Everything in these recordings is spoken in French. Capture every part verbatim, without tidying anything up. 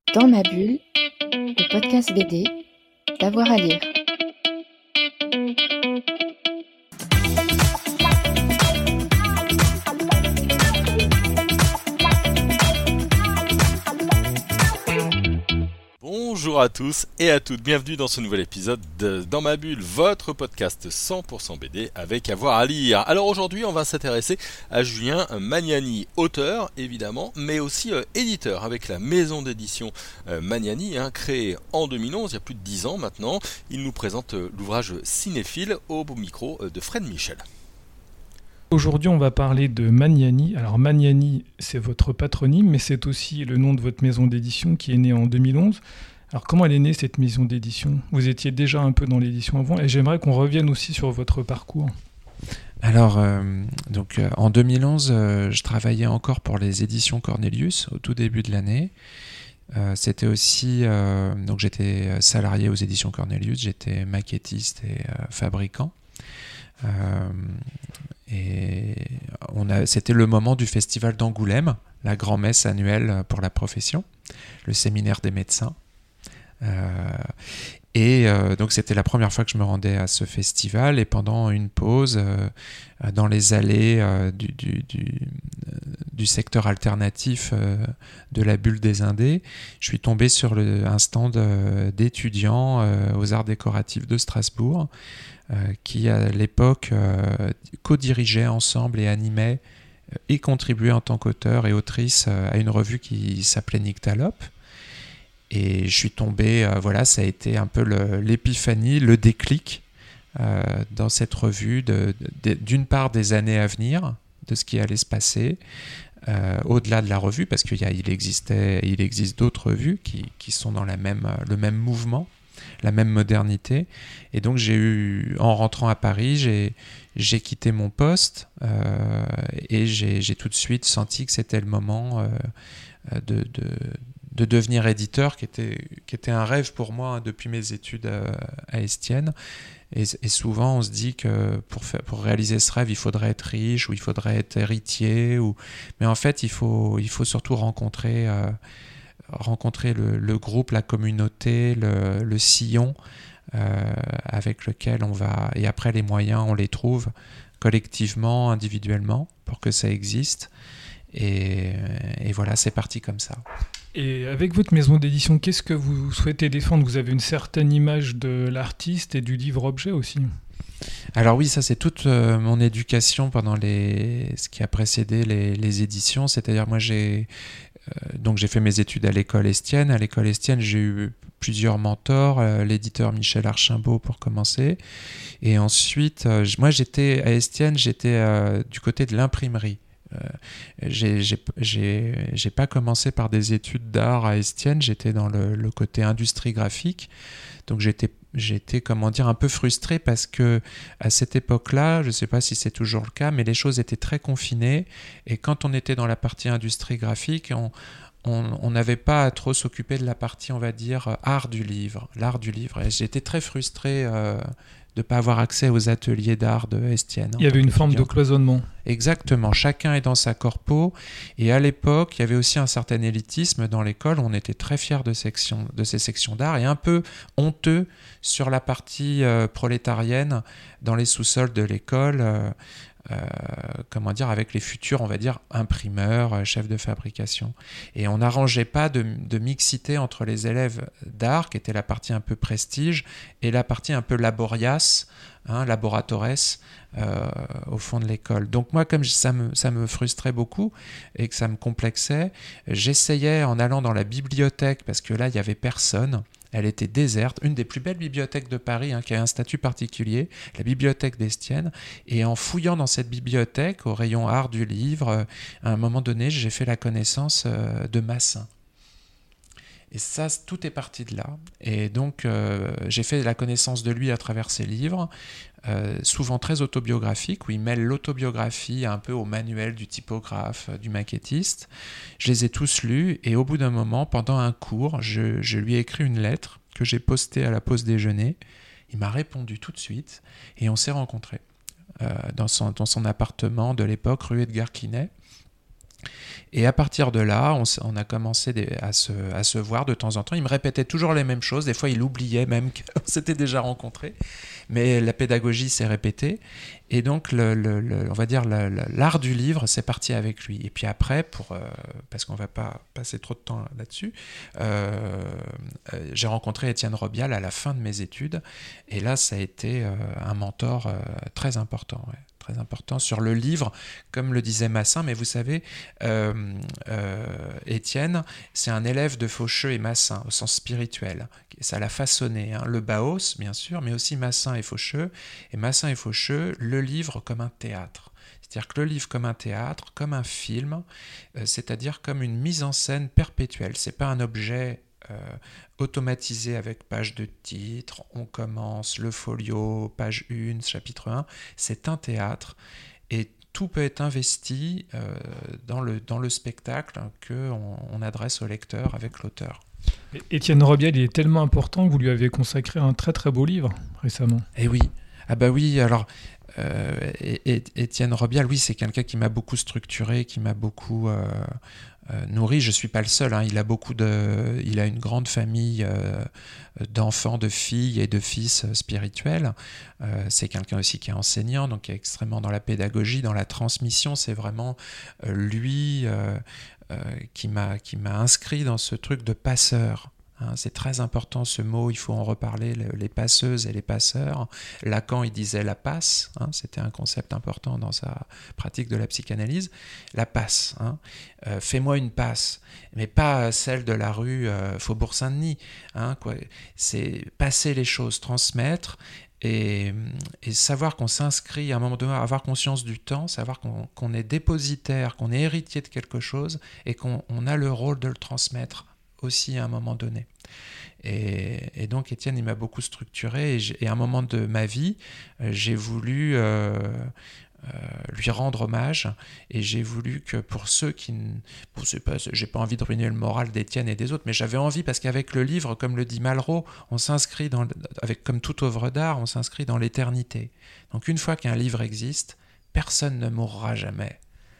Dans ma bulle, le podcast B D, d'avoir à lire. Bonjour à tous et à toutes, bienvenue dans ce nouvel épisode de Dans ma bulle, votre podcast cent pour cent B D avec avoir à lire. Alors aujourd'hui on va s'intéresser à Julien Magnani, auteur évidemment, mais aussi euh, éditeur avec la maison d'édition euh, Magnani, hein, créée en deux mille onze, il y a plus de dix ans maintenant. Il nous présente euh, l'ouvrage Cinéphile au beau micro euh, de Fred Michel. Aujourd'hui, on va parler de Magnani. Alors Magnani, c'est votre patronyme, mais c'est aussi le nom de votre maison d'édition qui est née en deux mille onze. Alors comment elle est née cette maison d'édition ? Vous étiez déjà un peu dans l'édition avant, et j'aimerais qu'on revienne aussi sur votre parcours. Alors, euh, donc, euh, en deux mille onze, euh, je travaillais encore pour les éditions Cornelius au tout début de l'année. Euh, c'était aussi, euh, donc j'étais salarié aux éditions Cornelius, j'étais maquettiste et euh, fabricant. Euh, et on a, c'était le moment du festival d'Angoulême, la grand-messe annuelle pour la profession, le séminaire des médecins. Euh, et euh, donc c'était la première fois que je me rendais à ce festival, et pendant une pause euh, dans les allées euh, du, du, du, euh, du secteur alternatif euh, de la bulle des Indés, je suis tombé sur le, un stand euh, d'étudiants euh, aux arts décoratifs de Strasbourg euh, qui à l'époque euh, co-dirigeaient ensemble et animaient euh, et contribuaient en tant qu'auteur et autrice euh, à une revue qui s'appelait Nyctalope. Et je suis tombé, euh, voilà, ça a été un peu le, l'épiphanie, le déclic euh, dans cette revue, de, de, d'une part des années à venir, de ce qui allait se passer, euh, au-delà de la revue, parce qu'il y a, il existait, il existe d'autres revues qui, qui sont dans la même, le même mouvement, la même modernité. Et donc j'ai eu, en rentrant à Paris, j'ai, j'ai quitté mon poste euh, et j'ai, j'ai tout de suite senti que c'était le moment euh, de... de de devenir éditeur, qui était, qui était un rêve pour moi hein, depuis mes études à, à Estienne. Et, et souvent, on se dit que pour, faire, pour réaliser ce rêve, il faudrait être riche ou il faudrait être héritier. Ou... Mais en fait, il faut, il faut surtout rencontrer, euh, rencontrer le, le groupe, la communauté, le, le sillon euh, avec lequel on va... Et après, les moyens, on les trouve collectivement, individuellement, pour que ça existe. Et, et voilà, c'est parti comme ça. Et avec votre maison d'édition, qu'est-ce que vous souhaitez défendre ? Vous avez une certaine image de l'artiste et du livre-objet aussi. Alors oui, ça c'est toute euh, mon éducation pendant les... ce qui a précédé les, les éditions. C'est-à-dire moi j'ai... Euh, donc j'ai fait mes études à l'école Estienne. À l'école Estienne, j'ai eu plusieurs mentors, euh, l'éditeur Michel Archimbaud pour commencer. Et ensuite, euh, moi j'étais à Estienne, j'étais euh, du côté de l'imprimerie. Euh, j'ai, j'ai, j'ai, j'ai pas commencé par des études d'art à Estienne, j'étais dans le, le côté industrie graphique, donc j'étais, j'étais comment dire un peu frustré parce que à cette époque-là, je sais pas si c'est toujours le cas, mais les choses étaient très confinées et quand on était dans la partie industrie graphique, on on n'avait pas à trop s'occuper de la partie, on va dire, art du livre, l'art du livre. Et j'étais très frustré euh, de ne pas avoir accès aux ateliers d'art de Estienne. Il y avait une forme de cloisonnement. Exactement, chacun est dans sa corpo. Et à l'époque, il y avait aussi un certain élitisme dans l'école. On était très fiers de, section, de ces sections d'art et un peu honteux sur la partie euh, prolétarienne dans les sous-sols de l'école. Euh, Euh, comment dire, avec les futurs, on va dire, imprimeurs, euh, chefs de fabrication. Et on n'arrangeait pas de, de mixité entre les élèves d'art, qui était la partie un peu prestige, et la partie un peu laboriace, hein, laboratores, euh, au fond de l'école. Donc moi, comme ça me, ça me frustrait beaucoup et que ça me complexait, j'essayais en allant dans la bibliothèque, parce que là, il n'y avait personne. Elle était déserte, une des plus belles bibliothèques de Paris, hein, qui a un statut particulier, la bibliothèque d'Estienne. Et en fouillant dans cette bibliothèque, au rayon art du livre, euh, à un moment donné, j'ai fait la connaissance euh, de Massin. Et ça, tout est parti de là. Et donc, euh, j'ai fait la connaissance de lui à travers ses livres, euh, souvent très autobiographiques, où il mêle l'autobiographie un peu au manuel du typographe, du maquettiste. Je les ai tous lus, et au bout d'un moment, pendant un cours, je, je lui ai écrit une lettre que j'ai postée à la pause déjeuner. Il m'a répondu tout de suite, et on s'est rencontrés euh, dans, son, dans son appartement de l'époque, rue Edgar Quinet. Et à partir de là, on, on a commencé des, à, se, à se voir de temps en temps. Il me répétait toujours les mêmes choses. Des fois, il oubliait même qu'on s'était déjà rencontrés. Mais la pédagogie s'est répétée. Et donc, le, le, le, on va dire, le, le, l'art du livre, c'est parti avec lui. Et puis après, pour, euh, parce qu'on ne va pas passer trop de temps là-dessus, euh, euh, j'ai rencontré Étienne Robial à la fin de mes études. Et là, ça a été euh, un mentor euh, très important, ouais. Très important sur le livre, comme le disait Massin, mais vous savez, euh, euh, Étienne, c'est un élève de Faucheux et Massin, au sens spirituel. Ça l'a façonné, hein. Le Bauhaus, bien sûr, mais aussi Massin et Faucheux. Et Massin et Faucheux, le livre comme un théâtre. C'est-à-dire que le livre comme un théâtre, comme un film, euh, c'est-à-dire comme une mise en scène perpétuelle. C'est pas un objet Euh, automatisé avec page de titre, on commence, le folio, page un, chapitre un, c'est un théâtre et tout peut être investi euh, dans, le, dans le spectacle qu'on on adresse au lecteur avec l'auteur. Étienne Robial, il est tellement important que vous lui avez consacré un très très beau livre récemment. Eh oui, ah bah oui, alors euh, Étienne Robial, oui, c'est quelqu'un qui m'a beaucoup structuré, qui m'a beaucoup euh, euh, nourri. Je suis pas le seul, hein. Il a beaucoup de, il a une grande famille euh, d'enfants, de filles et de fils spirituels. Euh, c'est quelqu'un aussi qui est enseignant, donc qui est extrêmement dans la pédagogie, dans la transmission. C'est vraiment euh, lui euh, euh, qui m'a qui m'a inscrit dans ce truc de passeur. Hein, c'est très important ce mot, il faut en reparler, les passeuses et les passeurs. Lacan, il disait la passe, hein, c'était un concept important dans sa pratique de la psychanalyse. La passe, hein, euh, fais-moi une passe, mais pas celle de la rue euh, Faubourg Saint-Denis. Hein, quoi. C'est passer les choses, transmettre. Et, et savoir qu'on s'inscrit à un moment donné, avoir conscience du temps, savoir qu'on, qu'on est dépositaire, qu'on est héritier de quelque chose et qu'on on a le rôle de le transmettre aussi à un moment donné. Et, et donc Étienne, il m'a beaucoup structuré et, et à un moment de ma vie, euh, j'ai voulu euh, euh, lui rendre hommage et j'ai voulu que pour ceux qui... Bon, c'est pas, j'ai pas envie de ruiner le moral d'Étienne et des autres, mais j'avais envie parce qu'avec le livre, comme le dit Malraux, on s'inscrit dans, avec, comme toute œuvre d'art, on s'inscrit dans l'éternité. Donc une fois qu'un livre existe, personne ne mourra jamais.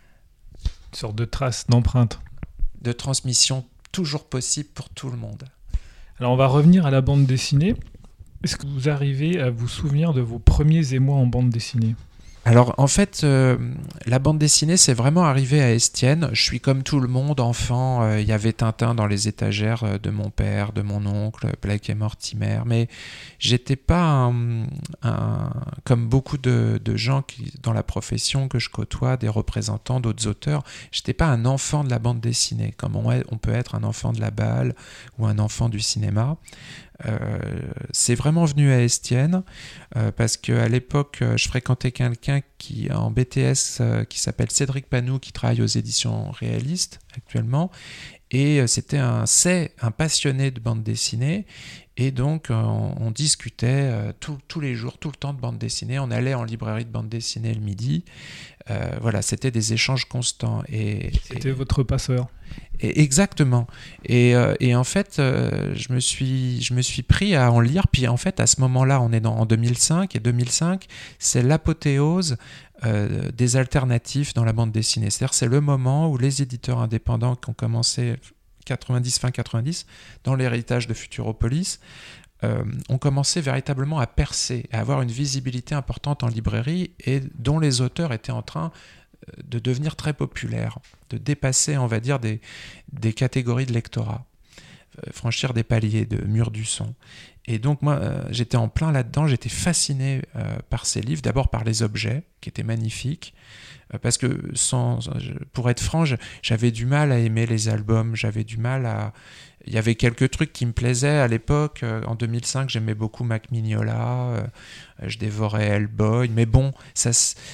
Une sorte de trace, d'empreinte. De transmission toujours possible pour tout le monde. Alors on va revenir à la bande dessinée. Est-ce que vous arrivez à vous souvenir de vos premiers émois en bande dessinée ? Alors en fait, euh, la bande dessinée, c'est vraiment arrivé à Estienne. Je suis comme tout le monde, enfant. Il euh, y avait Tintin dans les étagères euh, de mon père, de mon oncle, Blake et Mortimer. Mais j'étais pas un, un, comme beaucoup de, de gens qui, dans la profession que je côtoie, des représentants d'autres auteurs. J'étais pas un enfant de la bande dessinée, comme on, est, on peut être un enfant de la balle ou un enfant du cinéma. Euh, c'est vraiment venu à Estienne euh, parce qu'à l'époque euh, je fréquentais quelqu'un qui en B T S euh, qui s'appelle Cédric Panou, qui travaille aux éditions Réalistes actuellement, et euh, c'était un c'est un passionné de bande dessinée. Et donc, on, on discutait euh, tous les jours, tout le temps de bande dessinée. On allait en librairie de bande dessinée le midi. Euh, voilà, c'était des échanges constants. Et, c'était et, votre passeur. Et exactement. Et, euh, et en fait, euh, je, me suis, je me suis pris à en lire. Puis en fait, à ce moment-là, on est dans, en deux mille cinq. Et deux mille cinq, c'est l'apothéose euh, des alternatives dans la bande dessinée. C'est-à-dire, c'est le moment où les éditeurs indépendants qui ont commencé... quatre-vingt-dix, fin quatre-vingt-dix, dans l'héritage de Futuropolis, euh, ont commencé véritablement à percer, à avoir une visibilité importante en librairie et dont les auteurs étaient en train de devenir très populaires, de dépasser, on va dire, des, des catégories de lectorat, euh, franchir des paliers de mur du son. Et donc moi, euh, j'étais en plein là-dedans, j'étais fasciné euh, par ces livres, d'abord par les objets, qui étaient magnifiques, parce que sans, pour être franc, j'avais du mal à aimer les albums, j'avais du mal à... Il y avait quelques trucs qui me plaisaient à l'époque. En deux mille cinq, j'aimais beaucoup Mac Mignola, je dévorais Hellboy, mais bon, ça,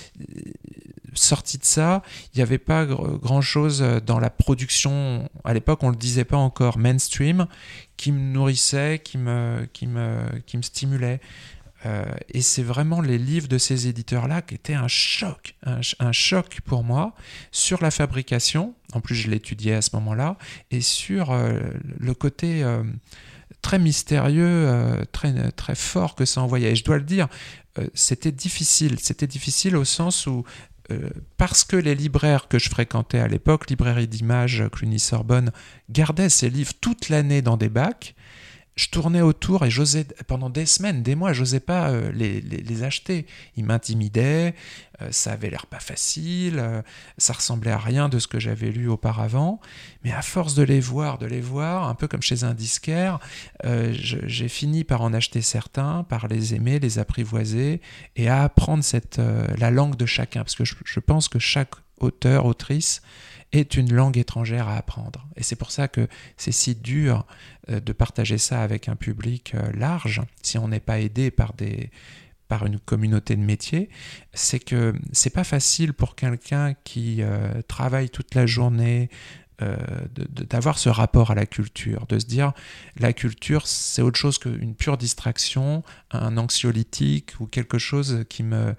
sorti de ça, il n'y avait pas grand-chose dans la production, à l'époque on ne le disait pas encore, mainstream, qui me nourrissait, qui me, qui me, qui me stimulait. Euh, et c'est vraiment les livres de ces éditeurs-là qui étaient un choc, un, un choc pour moi sur la fabrication, en plus je l'étudiais à ce moment-là, et sur euh, le côté euh, très mystérieux, euh, très, très fort que ça envoyait. Et je dois le dire, euh, c'était difficile, c'était difficile au sens où euh, parce que les libraires que je fréquentais à l'époque, librairie d'images, Cluny-Sorbonne, gardaient ces livres toute l'année dans des bacs, je tournais autour et j'osais, pendant des semaines, des mois, j'osais pas euh, les, les, les acheter. Ils m'intimidaient, euh, ça avait l'air pas facile, euh, ça ressemblait à rien de ce que j'avais lu auparavant. Mais à force de les voir, de les voir, un peu comme chez un disquaire, euh, je, j'ai fini par en acheter certains, par les aimer, les apprivoiser et à apprendre cette, euh, la langue de chacun. Parce que je, je pense que chaque auteur, autrice, est une langue étrangère à apprendre. Et c'est pour ça que c'est si dur euh, de partager ça avec un public euh, large, si on n'est pas aidé par, des, par une communauté de métiers. C'est que c'est pas facile pour quelqu'un qui euh, travaille toute la journée euh, de, de, d'avoir ce rapport à la culture, de se dire la culture c'est autre chose qu'une pure distraction, un anxiolytique ou quelque chose qui me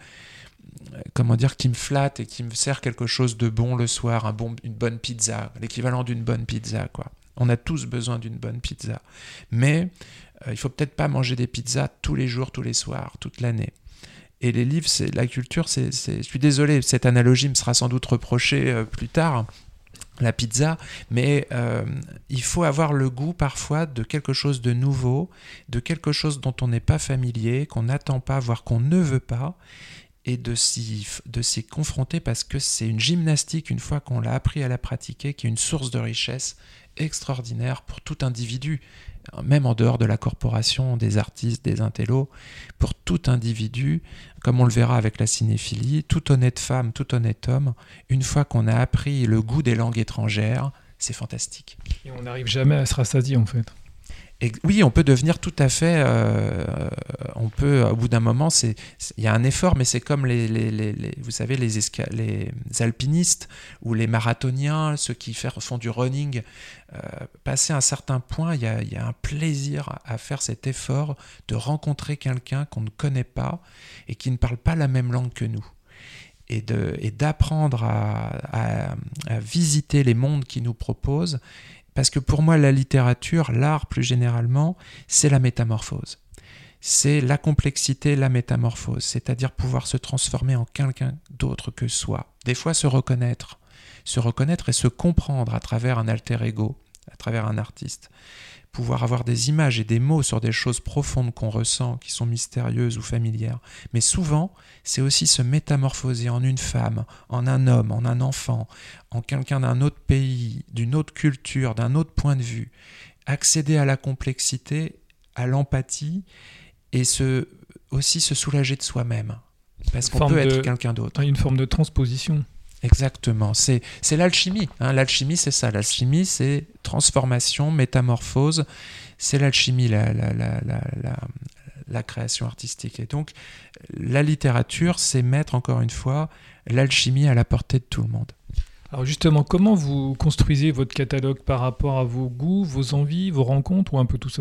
comment dire, qui me flatte et qui me sert quelque chose de bon le soir, un bon, une bonne pizza, l'équivalent d'une bonne pizza, quoi. On a tous besoin d'une bonne pizza. Mais euh, il faut peut-être pas manger des pizzas tous les jours, tous les soirs, toute l'année. Et les livres, c'est, la culture, c'est, c'est... Je suis désolé, cette analogie me sera sans doute reprochée euh, plus tard, la pizza, mais euh, il faut avoir le goût parfois de quelque chose de nouveau, de quelque chose dont on n'est pas familier, qu'on n'attend pas, voire qu'on ne veut pas, et de s'y, de s'y confronter parce que c'est une gymnastique, une fois qu'on l'a appris à la pratiquer, qui est une source de richesse extraordinaire pour tout individu, même en dehors de la corporation, des artistes, des intellos, pour tout individu, comme on le verra avec la cinéphilie, toute honnête femme, tout honnête homme, une fois qu'on a appris le goût des langues étrangères, c'est fantastique. Et on n'arrive jamais à se rassasier en fait. Et oui, on peut devenir tout à fait. Euh, on peut, au bout d'un moment, c'est, il y a un effort, mais c'est comme les, les, les, les vous savez, les, esca- les alpinistes ou les marathoniens, ceux qui faire, font du running. Euh, passer un certain point, il y a, il y a un plaisir à, à faire cet effort de rencontrer quelqu'un qu'on ne connaît pas et qui ne parle pas la même langue que nous. Et, de, et d'apprendre à, à, à visiter les mondes qu'il nous propose. Parce que pour moi, la littérature, l'art plus généralement, c'est la métamorphose. C'est la complexité, la métamorphose, c'est-à-dire pouvoir se transformer en quelqu'un d'autre que soi. Des fois, se reconnaître, se reconnaître et se comprendre à travers un alter ego, à travers un artiste. Pouvoir avoir des images et des mots sur des choses profondes qu'on ressent, qui sont mystérieuses ou familières. Mais souvent, c'est aussi se métamorphoser en une femme, en un homme, en un enfant, en quelqu'un d'un autre pays, d'une autre culture, d'un autre point de vue. Accéder à la complexité, à l'empathie et se, aussi se soulager de soi-même. Parce qu'on peut être de, quelqu'un d'autre. Une forme de transposition. Exactement, c'est, c'est l'alchimie. Hein. L'alchimie, c'est ça. L'alchimie, c'est transformation, métamorphose. C'est l'alchimie, la, la, la, la, la, la création artistique. Et donc, la littérature, c'est mettre, encore une fois, l'alchimie à la portée de tout le monde. Alors justement, comment vous construisez votre catalogue par rapport à vos goûts, vos envies, vos rencontres ou un peu tout ça ?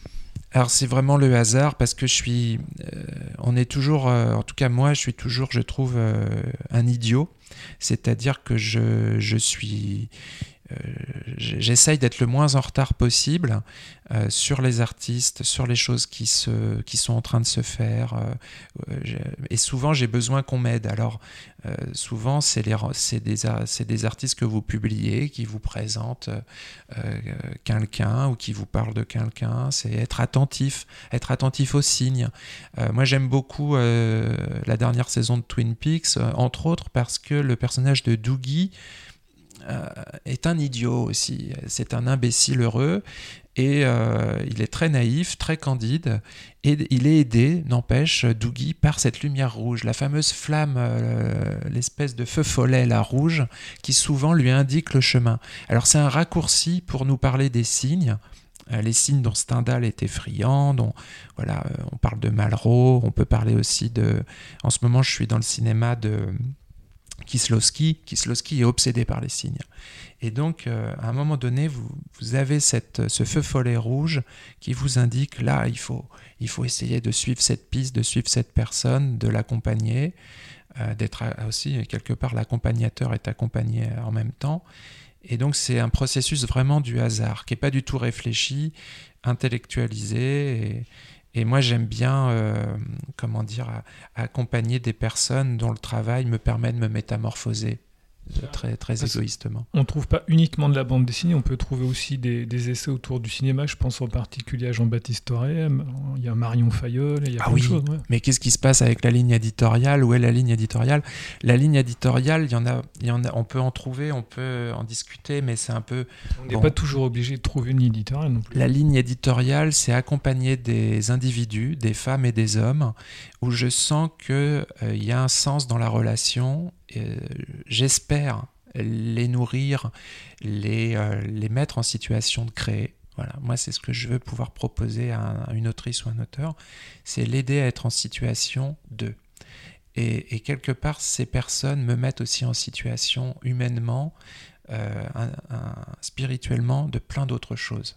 Alors c'est vraiment le hasard parce que je suis, euh, on est toujours, euh, en tout cas moi je suis toujours, je trouve, euh, un idiot. C'est-à-dire que je, je suis, euh, j'essaye d'être le moins en retard possible euh, sur les artistes, sur les choses qui, se, qui sont en train de se faire. Euh, et souvent j'ai besoin qu'on m'aide. Alors euh, souvent c'est, les, c'est, des, c'est des artistes que vous publiez, qui vous présentent euh, quelqu'un ou qui vous parlent de quelqu'un. C'est être attentif, être attentif aux signes. Euh, moi j'aime beaucoup euh, la dernière saison de Twin Peaks, euh, entre autres parce que le personnage de Doogie euh, est un idiot aussi. C'est un imbécile heureux et euh, il est très naïf, très candide et il est aidé, n'empêche, Doogie, par cette lumière rouge, la fameuse flamme, euh, l'espèce de feu follet, la rouge, qui souvent lui indique le chemin. Alors c'est un raccourci pour nous parler des signes. Les signes dont Stendhal était friand, dont, voilà, on parle de Malraux, on peut parler aussi de... En ce moment, je suis dans le cinéma de Kieslowski. Kieslowski est obsédé par les signes. Et donc, euh, à un moment donné, vous, vous avez cette, ce feu follet rouge qui vous indique, là, il faut, il faut essayer de suivre cette piste, de suivre cette personne, de l'accompagner, euh, d'être aussi, quelque part, l'accompagnateur est accompagné en même temps. Et donc, c'est un processus vraiment du hasard, qui n'est pas du tout réfléchi, intellectualisé. Et, Et moi, j'aime bien, euh, comment dire, à, à accompagner des personnes dont le travail me permet de me métamorphoser. Très, très égoïstement. On ne trouve pas uniquement de la bande dessinée, on peut trouver aussi des, des essais autour du cinéma. Je pense en particulier à Jean-Baptiste Auré, il y a Marion Fayolle, il y a ah plein oui, de choses. Ouais. Mais qu'est-ce qui se passe avec la ligne éditoriale ? Où est la ligne éditoriale ? La ligne éditoriale, il y en a, il y en a, on peut en trouver, on peut en discuter, mais c'est un peu... On n'est bon. pas toujours obligé de trouver une ligne éditoriale non plus. La ligne éditoriale, c'est accompagner des individus, des femmes et des hommes, où je sens qu'il euh, y a un sens dans la relation. Euh, j'espère les nourrir, les, euh, les mettre en situation de créer. Voilà. Moi, c'est ce que je veux pouvoir proposer à, un, à une autrice ou un auteur, c'est l'aider à être en situation de. Et, et quelque part, ces personnes me mettent aussi en situation humainement, euh, un, un, spirituellement, de plein d'autres choses.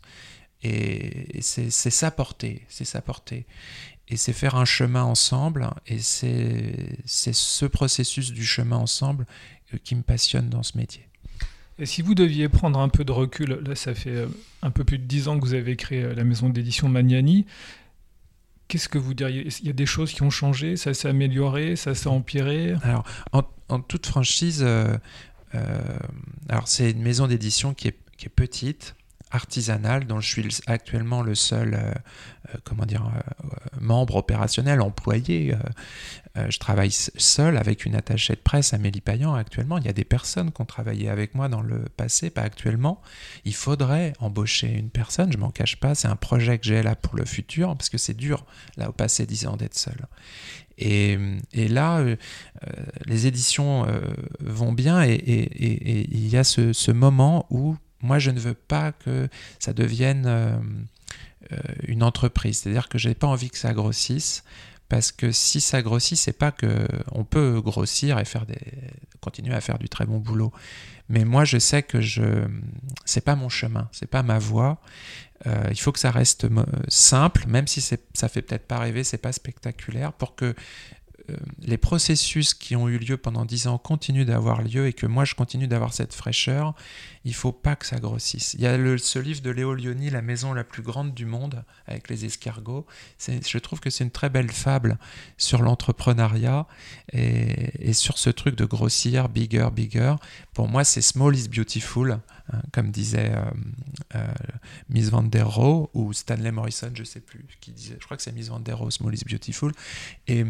Et, et c'est, c'est s'apporter, c'est s'apporter. Et c'est faire un chemin ensemble, et c'est, c'est ce processus du chemin ensemble qui me passionne dans ce métier. Et si vous deviez prendre un peu de recul, là ça fait un peu plus de dix ans que vous avez créé la maison d'édition Magnani, qu'est-ce que vous diriez ? Il y a des choses qui ont changé, ça s'est amélioré, ça s'est empiré ? Alors, en, en toute franchise, euh, euh, alors c'est une maison d'édition qui est, qui est petite, artisanale, dont je suis actuellement le seul euh, euh, comment dire, euh, membre opérationnel, employé. Euh, euh, je travaille seul avec une attachée de presse, Amélie Payan, actuellement. Il y a des personnes qui ont travaillé avec moi dans le passé, pas actuellement. Il faudrait embaucher une personne, je ne m'en cache pas, c'est un projet que j'ai là pour le futur, parce que c'est dur, là, au passé dix ans, d'être seul. Et, et là, euh, les éditions euh, vont bien, et, et, et, et il y a ce, ce moment où moi, je ne veux pas que ça devienne euh, euh, une entreprise. C'est-à-dire que je n'ai pas envie que ça grossisse, parce que si ça grossit, c'est pas que on peut grossir et faire des, continuer à faire du très bon boulot. Mais moi, je sais que je, c'est pas mon chemin, c'est pas ma voie. Euh, il faut que ça reste simple, même si c'est, ça fait peut-être pas rêver, c'est pas spectaculaire, pour que les processus qui ont eu lieu pendant dix ans continuent d'avoir lieu et que moi je continue d'avoir cette fraîcheur, il ne faut pas que ça grossisse. Il y a le, ce livre de Léo Lionni, La maison la plus grande du monde, avec les escargots. C'est, je trouve que c'est une très belle fable sur l'entrepreneuriat et, et sur ce truc de grossir, bigger, bigger. Pour moi, c'est small is beautiful, hein, comme disait euh, euh, Miss Van der Rohe ou Stanley Morrison, je ne sais plus, qui disait, je crois que c'est Miss Van der Rohe, small is beautiful. Et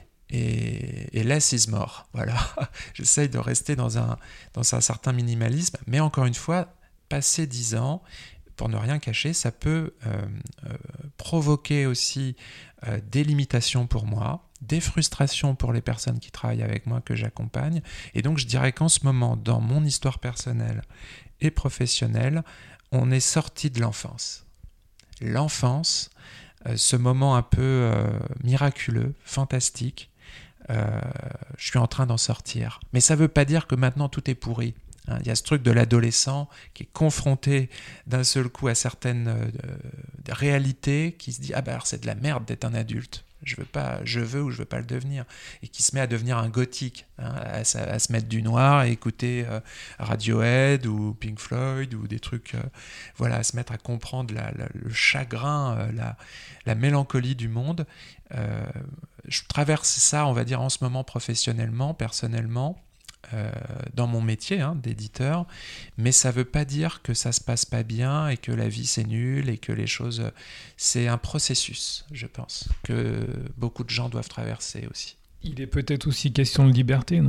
Et, et less is more. Voilà. J'essaye de rester dans un, dans un certain minimalisme, mais encore une fois, passer dix ans, pour ne rien cacher, ça peut euh, euh, provoquer aussi euh, des limitations pour moi, des frustrations pour les personnes qui travaillent avec moi, que j'accompagne. Et donc, je dirais qu'en ce moment, dans mon histoire personnelle et professionnelle, on est sorti de l'enfance. L'enfance, euh, ce moment un peu euh, miraculeux, fantastique, Euh, je suis en train d'en sortir. Mais ça ne veut pas dire que maintenant tout est pourri. Hein, il y a ce truc de l'adolescent qui est confronté d'un seul coup à certaines euh, réalités, qui se dit « Ah ben alors c'est de la merde d'être un adulte. Je veux pas, je veux ou je veux pas le devenir. » Et qui se met à devenir un gothique, hein, à, à, à se mettre du noir et écouter euh, Radiohead ou Pink Floyd ou des trucs, euh, voilà, à se mettre à comprendre la, la, le chagrin, euh, la, la mélancolie du monde. Euh, je traverse ça, on va dire, en ce moment professionnellement, personnellement, euh, dans mon métier hein, d'éditeur, mais ça ne veut pas dire que ça ne se passe pas bien et que la vie c'est nul et que les choses... C'est un processus, je pense, que beaucoup de gens doivent traverser aussi. Il est peut-être aussi question de liberté, non ?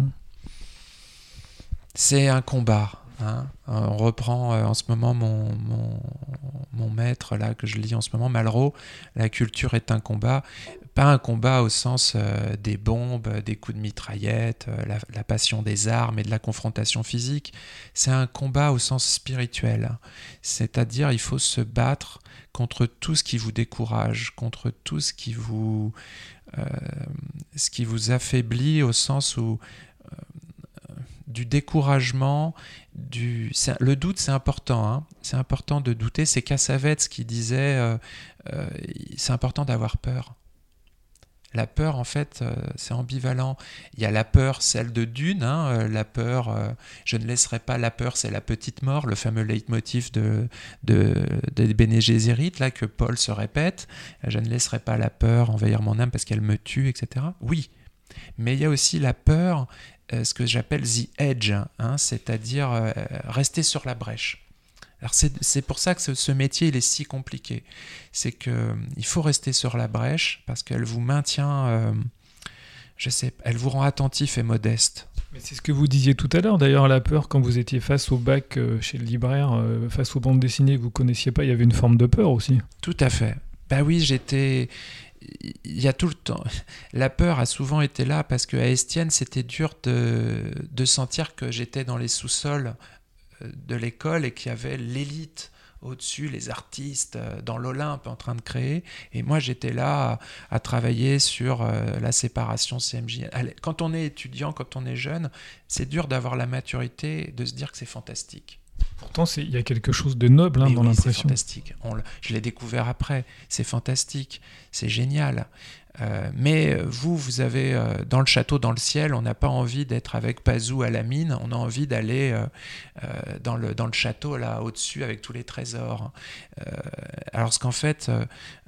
C'est un combat. Hein. On reprend euh, en ce moment mon, mon, mon maître là, que je lis en ce moment, Malraux, La culture est un combat. Pas un combat au sens euh, des bombes, des coups de mitraillette, euh, la, la passion des armes et de la confrontation physique. C'est un combat au sens spirituel. C'est-à-dire il faut se battre contre tout ce qui vous décourage, contre tout ce qui vous, euh, ce qui vous affaiblit au sens où euh, du découragement, du... C'est, le doute c'est important, hein. C'est important de douter. C'est Cassavetes qui disait euh, euh, c'est important d'avoir peur. La peur, en fait, euh, c'est ambivalent. Il y a la peur, celle de Dune, hein, euh, la peur, euh, je ne laisserai pas la peur, c'est la petite mort, le fameux leitmotiv de, de, de Bene Gesserit, là, que Paul se répète. Je ne laisserai pas la peur envahir mon âme parce qu'elle me tue, et cetera. Oui, mais il y a aussi la peur, euh, ce que j'appelle the edge, hein, c'est-à-dire euh, rester sur la brèche. Alors c'est, c'est pour ça que ce, ce métier il est si compliqué. C'est qu'il faut rester sur la brèche parce qu'elle vous maintient, euh, je sais, elle vous rend attentif et modeste. Mais c'est ce que vous disiez tout à l'heure, d'ailleurs, la peur, quand vous étiez face au bac euh, chez le libraire, euh, face aux bandes dessinées que vous ne connaissiez pas, il y avait une forme de peur aussi. Tout à fait. Bah oui, j'étais... Il y a tout le temps... La peur a souvent été là parce qu'à Estienne, c'était dur de, de sentir que j'étais dans les sous-sols de l'école et qu'il y avait l'élite au-dessus, les artistes dans l'Olympe en train de créer. Et moi, j'étais là à, à travailler sur euh, la séparation C M J. Quand on est étudiant, quand on est jeune, c'est dur d'avoir la maturité de se dire que c'est fantastique. Pourtant, il y a quelque chose de noble hein, dans oui, l'impression. C'est fantastique. On, je l'ai découvert après. C'est fantastique. C'est génial. Euh, mais vous, vous avez euh, dans le château, dans le ciel, on n'a pas envie d'être avec Pazou à la mine, on a envie d'aller euh, euh, dans, le, dans le château là au-dessus avec tous les trésors. Euh, alors ce qu'en fait, euh,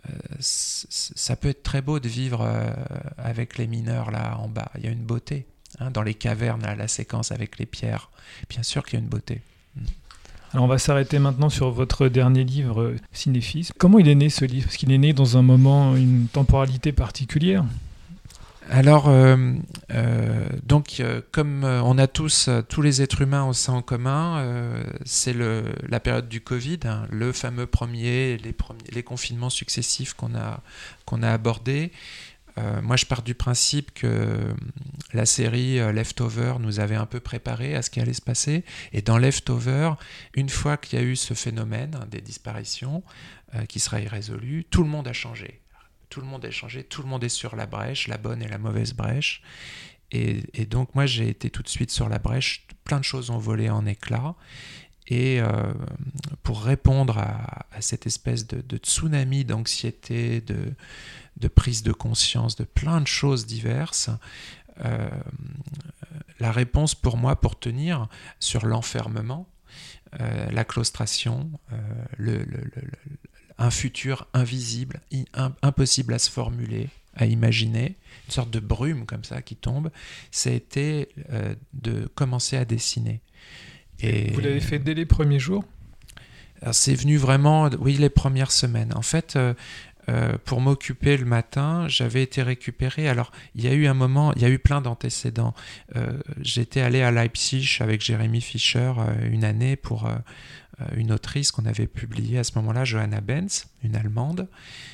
c- ça peut être très beau de vivre euh, avec les mineurs là en bas. Il y a une beauté hein, dans les cavernes, là, la séquence avec les pierres. Bien sûr qu'il y a une beauté. Alors on va s'arrêter maintenant sur votre dernier livre, euh, Cinéphis. Comment il est né ce livre ? Parce qu'il est né dans un moment, une temporalité particulière. Alors, euh, euh, donc, euh, comme euh, on a tous, euh, tous les êtres humains ont ça en commun, euh, c'est le, la période du Covid, hein, le fameux premier, les, premiers, les confinements successifs qu'on a, qu'on a abordés. Euh, moi, je pars du principe que la série euh, Leftover nous avait un peu préparé à ce qui allait se passer. Et dans Leftover, une fois qu'il y a eu ce phénomène hein, des disparitions euh, qui sera irrésolu, tout le monde a changé. Tout le monde a changé, tout le monde est sur la brèche, la bonne et la mauvaise brèche. Et, et donc, moi, j'ai été tout de suite sur la brèche. Plein de choses ont volé en éclats. Et euh, pour répondre à, à cette espèce de, de tsunami d'anxiété, de, de prise de conscience, de plein de choses diverses, euh, la réponse pour moi, pour tenir sur l'enfermement, euh, la claustration, euh, le, le, le, le, un futur invisible, in, impossible à se formuler, à imaginer, une sorte de brume comme ça qui tombe, ça a été euh, de commencer à dessiner. Et vous l'avez fait dès les premiers jours ? Alors c'est venu vraiment, oui, les premières semaines. En fait, euh, euh, pour m'occuper le matin, j'avais été récupéré. Alors, il y a eu un moment, il y a eu plein d'antécédents. Euh, j'étais allé à Leipzig avec Jérémy Fischer euh, une année pour euh, une autrice qu'on avait publiée à ce moment-là, Johanna Benz, une Allemande.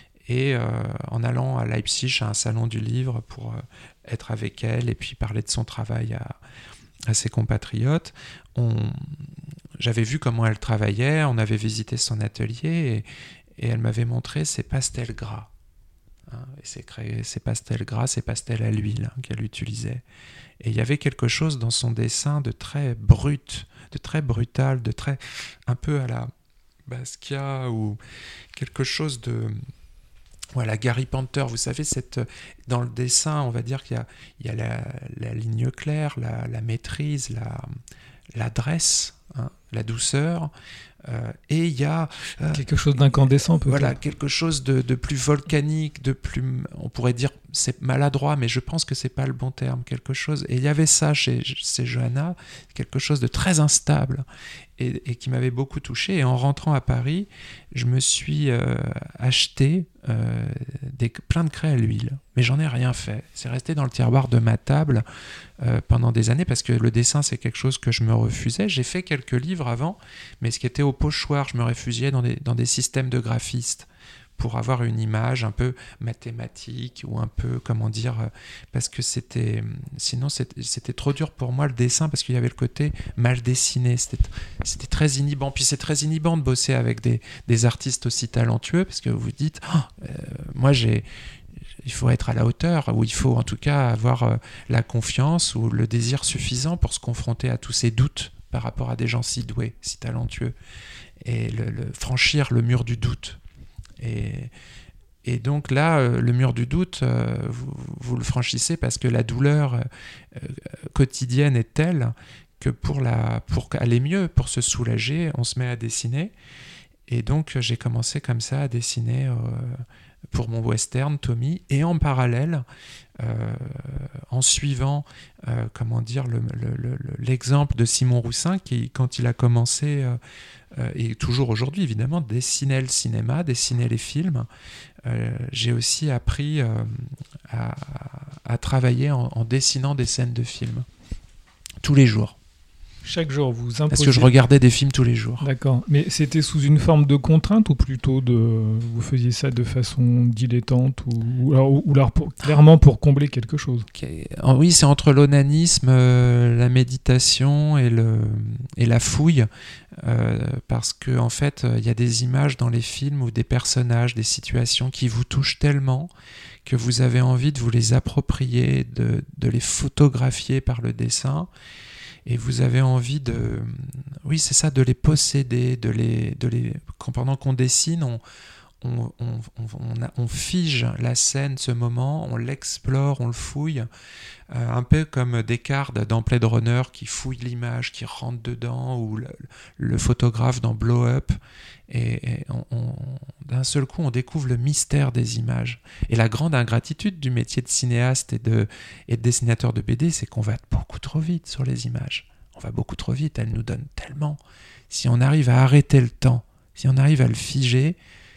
Et euh, en allant à Leipzig à un salon du livre pour euh, être avec elle et puis parler de son travail à à ses compatriotes, on... j'avais vu comment elle travaillait, on avait visité son atelier et, et elle m'avait montré ses pastels gras. Hein, et ses, cré... ses pastels gras, ses pastels à l'huile hein, qu'elle utilisait. Et il y avait quelque chose dans son dessin de très brut, de très brutal, de très un peu à la Basquiat ou quelque chose de... Voilà, Gary Panther, vous savez, cette, dans le dessin, on va dire qu'il y a, il y a la, la ligne claire, la, la maîtrise, la, l'adresse, hein, la douceur, euh, et il y a... Euh, quelque chose d'incandescent, peut-être. Voilà, quelque chose de, de plus volcanique, de plus... On pourrait dire, c'est maladroit, mais je pense que c'est pas le bon terme, quelque chose... Et il y avait ça chez, chez Johanna, quelque chose de très instable, et, et qui m'avait beaucoup touché. Et en rentrant à Paris, je me suis euh, acheté euh, des, plein de craies à l'huile, mais j'en ai rien fait. C'est resté dans le tiroir de ma table euh, pendant des années, parce que le dessin, c'est quelque chose que je me refusais. J'ai fait quelques livres avant, mais ce qui était au pochoir, je me réfugiais dans des, dans des systèmes de graphistes pour avoir une image un peu mathématique ou un peu, comment dire, parce que c'était, sinon c'était, c'était trop dur pour moi le dessin, parce qu'il y avait le côté mal dessiné, c'était, c'était très inhibant. Puis c'est très inhibant de bosser avec des, des artistes aussi talentueux, parce que vous vous dites, oh, euh, moi j'ai, il faut être à la hauteur, ou il faut en tout cas avoir euh, la confiance ou le désir suffisant pour se confronter à tous ces doutes par rapport à des gens si doués, si talentueux, et le, le, franchir le mur du doute. Et, Et donc là, euh, le mur du doute, euh, vous, vous le franchissez parce que la douleur euh, quotidienne est telle que pour, la, pour aller mieux, pour se soulager, on se met à dessiner. Et donc j'ai commencé comme ça à dessiner euh, pour mon western, Tommy, et en parallèle, euh, en suivant, euh, comment dire, le, le, le, l'exemple de Simon Roussin, qui, quand il a commencé, euh, euh, et toujours aujourd'hui évidemment, dessinait le cinéma, dessinait les films, euh, j'ai aussi appris euh, à, à travailler en, en dessinant des scènes de films, tous les jours. Chaque jour, vous imposez... Parce que je regardais des films tous les jours. D'accord. Mais c'était sous une forme de contrainte ou plutôt de... vous faisiez ça de façon dilettante ou, ou, alors, ou alors pour, clairement pour combler quelque chose? Okay. Oui, c'est entre l'onanisme, euh, la méditation et, le, et la fouille. Euh, parce qu'en en fait, il y a des images dans les films ou des personnages, des situations qui vous touchent tellement que vous avez envie de vous les approprier, de, de les photographier par le dessin. Et vous avez envie de, oui, c'est ça, de les posséder, de les, de les, pendant qu'on dessine, on, on, on, on, a, on fige la scène, ce moment, on l'explore, on le fouille, euh, un peu comme Descartes dans Blade Runner qui fouille l'image, qui rentre dedans, ou le, le photographe dans Blow Up. Et, et on, on, d'un seul coup, on découvre le mystère des images. Et la grande ingratitude du métier de cinéaste et de, et de dessinateur de B D, c'est qu'on va beaucoup trop vite sur les images. On va beaucoup trop vite, elles nous donnent tellement. Si on arrive à arrêter le temps, si on arrive à le figer,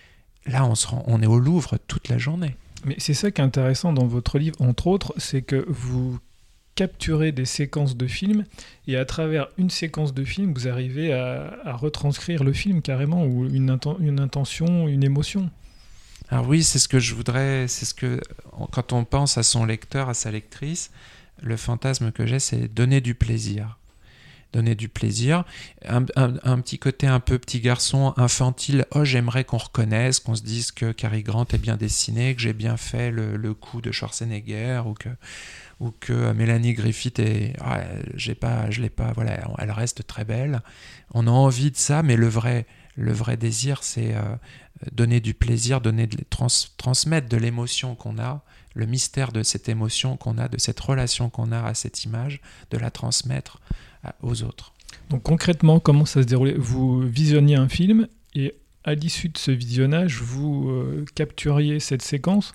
là, on, se rend, on est au Louvre toute la journée. Mais c'est ça qui est intéressant dans votre livre, entre autres, c'est que vous capturez des séquences de films et à travers une séquence de film, vous arrivez à, à retranscrire le film carrément ou une, inten- une intention, une émotion. Alors oui, c'est ce que je voudrais, c'est ce que, quand on pense à son lecteur, à sa lectrice, le fantasme que j'ai, c'est donner du plaisir. Donner du plaisir. Un, un, un petit côté un peu petit garçon infantile, oh j'aimerais qu'on reconnaisse, qu'on se dise que Cary Grant est bien dessiné, que j'ai bien fait le, le coup de Schwarzenegger, ou que ou que Mélanie Griffith est, ah, j'ai pas, je l'ai pas, voilà, elle reste très belle. On a envie de ça, mais le vrai, le vrai désir, c'est euh, donner du plaisir, donner de, trans, transmettre de l'émotion qu'on a, le mystère de cette émotion qu'on a, de cette relation qu'on a à cette image, de la transmettre à, aux autres. Donc concrètement, comment ça se déroulait? Vous visionniez un film et à l'issue de ce visionnage, vous euh, capturiez cette séquence?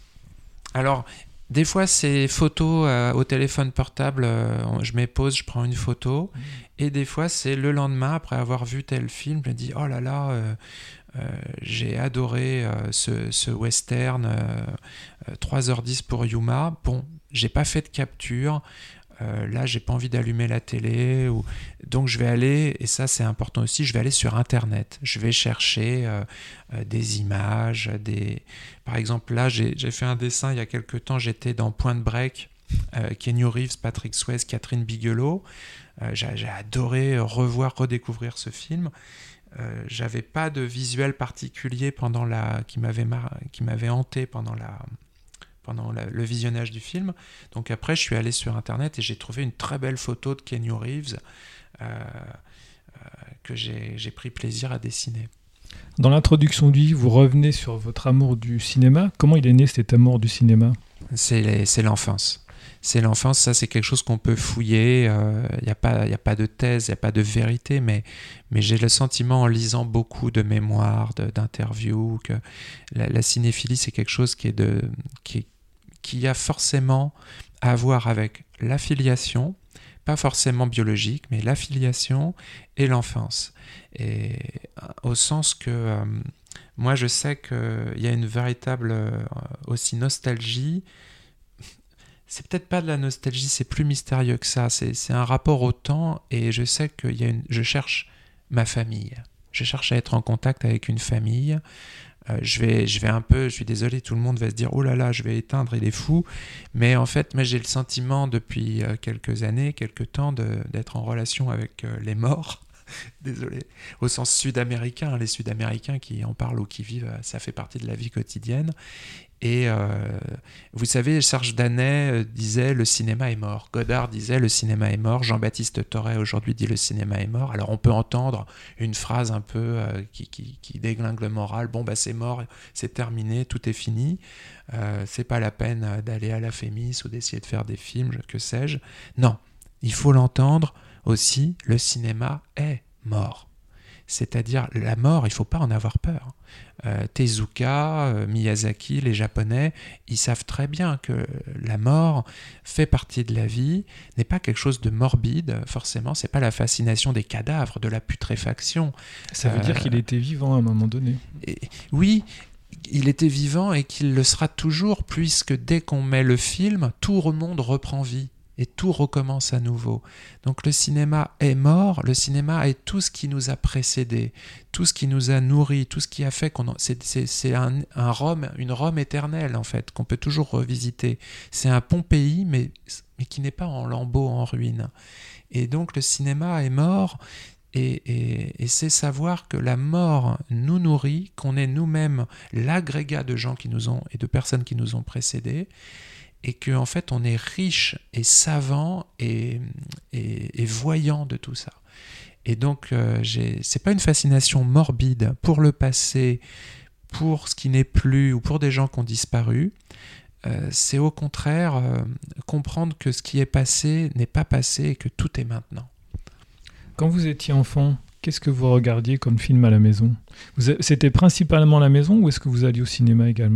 Alors, des fois, c'est photo euh, au téléphone portable, euh, je mets pause, je prends une photo, mmh. Et des fois, c'est le lendemain, après avoir vu tel film, je me dis, oh là là, euh, euh, j'ai adoré euh, ce, ce western, euh, euh, trois heures dix pour Yuma, bon, j'ai pas fait de capture, euh, là, j'ai pas envie d'allumer la télé, ou... donc je vais aller, et ça c'est important aussi, je vais aller sur Internet, je vais chercher euh, euh, des images, des... par exemple là, j'ai, j'ai fait un dessin il y a quelques temps, j'étais dans Point Break, euh, Keanu Reeves, Patrick Swayze, Catherine Bigelow, euh, j'ai, j'ai adoré revoir, redécouvrir ce film. Euh, j'avais pas de visuel particulier pendant la... qui m'avait, mar... qui m'avait hanté pendant la... pendant la, le visionnage du film. Donc après, je suis allé sur Internet et j'ai trouvé une très belle photo de Keanu Reeves euh, euh, que j'ai, j'ai pris plaisir à dessiner. Dans l'introduction du livre, vous revenez sur votre amour du cinéma. Comment il est né cet amour du cinéma ? C'est, les, c'est l'enfance. C'est l'enfance, ça c'est quelque chose qu'on peut fouiller. Il euh, n'y a pas, y a pas de thèse, il n'y a pas de vérité, mais, mais j'ai le sentiment en lisant beaucoup de mémoires, de, d'interviews, que la, la cinéphilie c'est quelque chose qui, est de, qui est qui a forcément à voir avec l'affiliation, pas forcément biologique, mais l'affiliation et l'enfance. Et au sens que euh, moi je sais qu'il y a une véritable euh, aussi nostalgie. C'est peut-être pas de la nostalgie, c'est plus mystérieux que ça. C'est, c'est un rapport au temps et je sais que y a une, je cherche ma famille. Je cherche à être en contact avec une famille. Euh, je vais, je vais un peu, je suis désolé, tout le monde va se dire « Oh là là, je vais éteindre, il est fou ». Mais en fait, moi j'ai le sentiment depuis euh, quelques années, quelques temps, de, d'être en relation avec euh, les morts. désolé, au sens sud-américain, les Sud-Américains qui en parlent ou qui vivent, ça fait partie de la vie quotidienne. Et euh, vous savez, Serge Danet disait « le cinéma est mort ». Godard disait « le cinéma est mort ». Jean-Baptiste Torret aujourd'hui dit « le cinéma est mort ». Alors on peut entendre une phrase un peu euh, qui, qui, qui déglingue le moral. Bon, bah c'est mort, c'est terminé, tout est fini. Euh, c'est pas la peine d'aller à la Fémis ou d'essayer de faire des films, que sais-je. Non, il faut l'entendre aussi, le cinéma est mort. C'est-à-dire la mort, il ne faut pas en avoir peur. Euh, Tezuka, euh, Miyazaki, les Japonais, ils savent très bien que la mort fait partie de la vie, n'est pas quelque chose de morbide, forcément, c'est pas la fascination des cadavres, de la putréfaction. Ça veut euh, dire qu'il était vivant à un moment donné. Et, oui, il était vivant et qu'il le sera toujours, puisque dès qu'on met le film, tout le monde reprend vie. Et tout recommence à nouveau. Donc le cinéma est mort, le cinéma est tout ce qui nous a précédé, tout ce qui nous a nourri, tout ce qui a fait qu'on... En... C'est, c'est, c'est un, un Rome, une Rome éternelle en fait, qu'on peut toujours revisiter. C'est un Pompéi, mais, mais qui n'est pas en lambeaux, en ruine. Et donc le cinéma est mort, et, et, et c'est savoir que la mort nous nourrit, qu'on est nous-mêmes l'agrégat de gens qui nous ont, et de personnes qui nous ont précédés, et qu'en en fait on est riche et savant et, et, et voyant de tout ça. Et donc euh, j'ai, c'est pas une fascination morbide pour le passé, pour ce qui n'est plus ou pour des gens qui ont disparu, euh, c'est au contraire euh, comprendre que ce qui est passé n'est pas passé et que tout est maintenant. Quand vous étiez enfant, qu'est-ce que vous regardiez comme film à la maison ? vous a... C'était principalement à la maison ou est-ce que vous alliez au cinéma également ?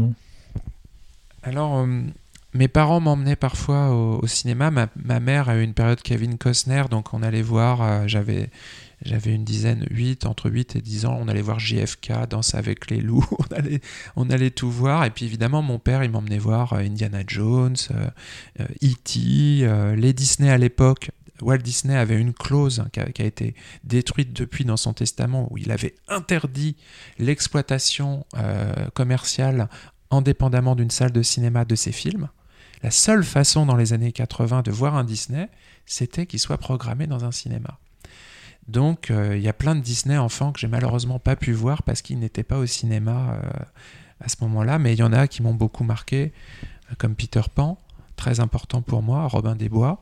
Alors... Euh, Mes parents m'emmenaient parfois au, au cinéma. Ma, ma mère a eu une période Kevin Costner, donc on allait voir, euh, j'avais, j'avais une dizaine, huit, entre huit et dix ans, on allait voir J F K, Danse avec les loups, on allait, on allait tout voir. Et puis évidemment, mon père, il m'emmenait voir euh, Indiana Jones, euh, euh, E T, euh, les Disney à l'époque. Walt Disney avait une clause hein, qui, a, qui a été détruite depuis dans son testament, où il avait interdit l'exploitation euh, commerciale indépendamment d'une salle de cinéma de ses films. La seule façon dans les années quatre-vingts de voir un Disney, c'était qu'il soit programmé dans un cinéma. Donc il euh, y a plein de Disney enfants que j'ai malheureusement pas pu voir parce qu'ils n'étaient pas au cinéma euh, à ce moment-là, mais il y en a qui m'ont beaucoup marqué, euh, comme Peter Pan, très important pour moi, Robin des Bois.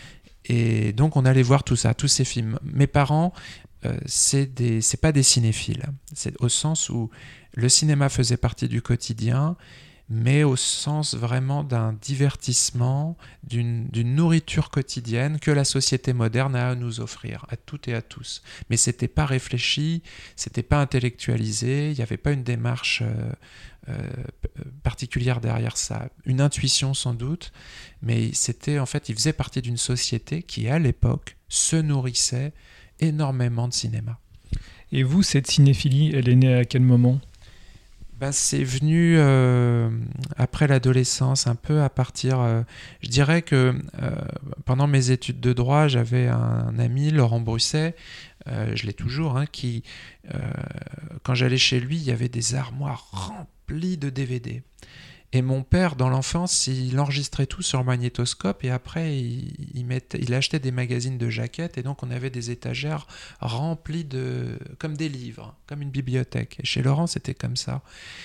Et donc on allait voir tout ça, tous ces films. Mes parents, euh, c'est, des, c'est pas des cinéphiles, c'est au sens où le cinéma faisait partie du quotidien, mais au sens vraiment d'un divertissement, d'une, d'une nourriture quotidienne que la société moderne a à nous offrir, à toutes et à tous. Mais c'était pas réfléchi, c'était pas intellectualisé, il n'y avait pas une démarche euh, euh, particulière derrière ça, une intuition sans doute, mais c'était en fait, il faisait partie d'une société qui à l'époque se nourrissait énormément de cinéma. Et vous, cette cinéphilie, elle est née à quel moment ? Ben, c'est venu euh, après l'adolescence, un peu à partir... Euh, je dirais que euh, pendant mes études de droit, j'avais un, un ami, Laurent Brusset, euh, je l'ai toujours, hein, qui, euh, quand j'allais chez lui, il y avait des armoires remplies de D V D. Et mon père, dans l'enfance, il enregistrait tout sur magnétoscope et après, il, il, mettait, il achetait des magazines de jaquettes et donc on avait des étagères remplies de... comme des livres, comme une bibliothèque. Et chez Laurent, c'était comme ça.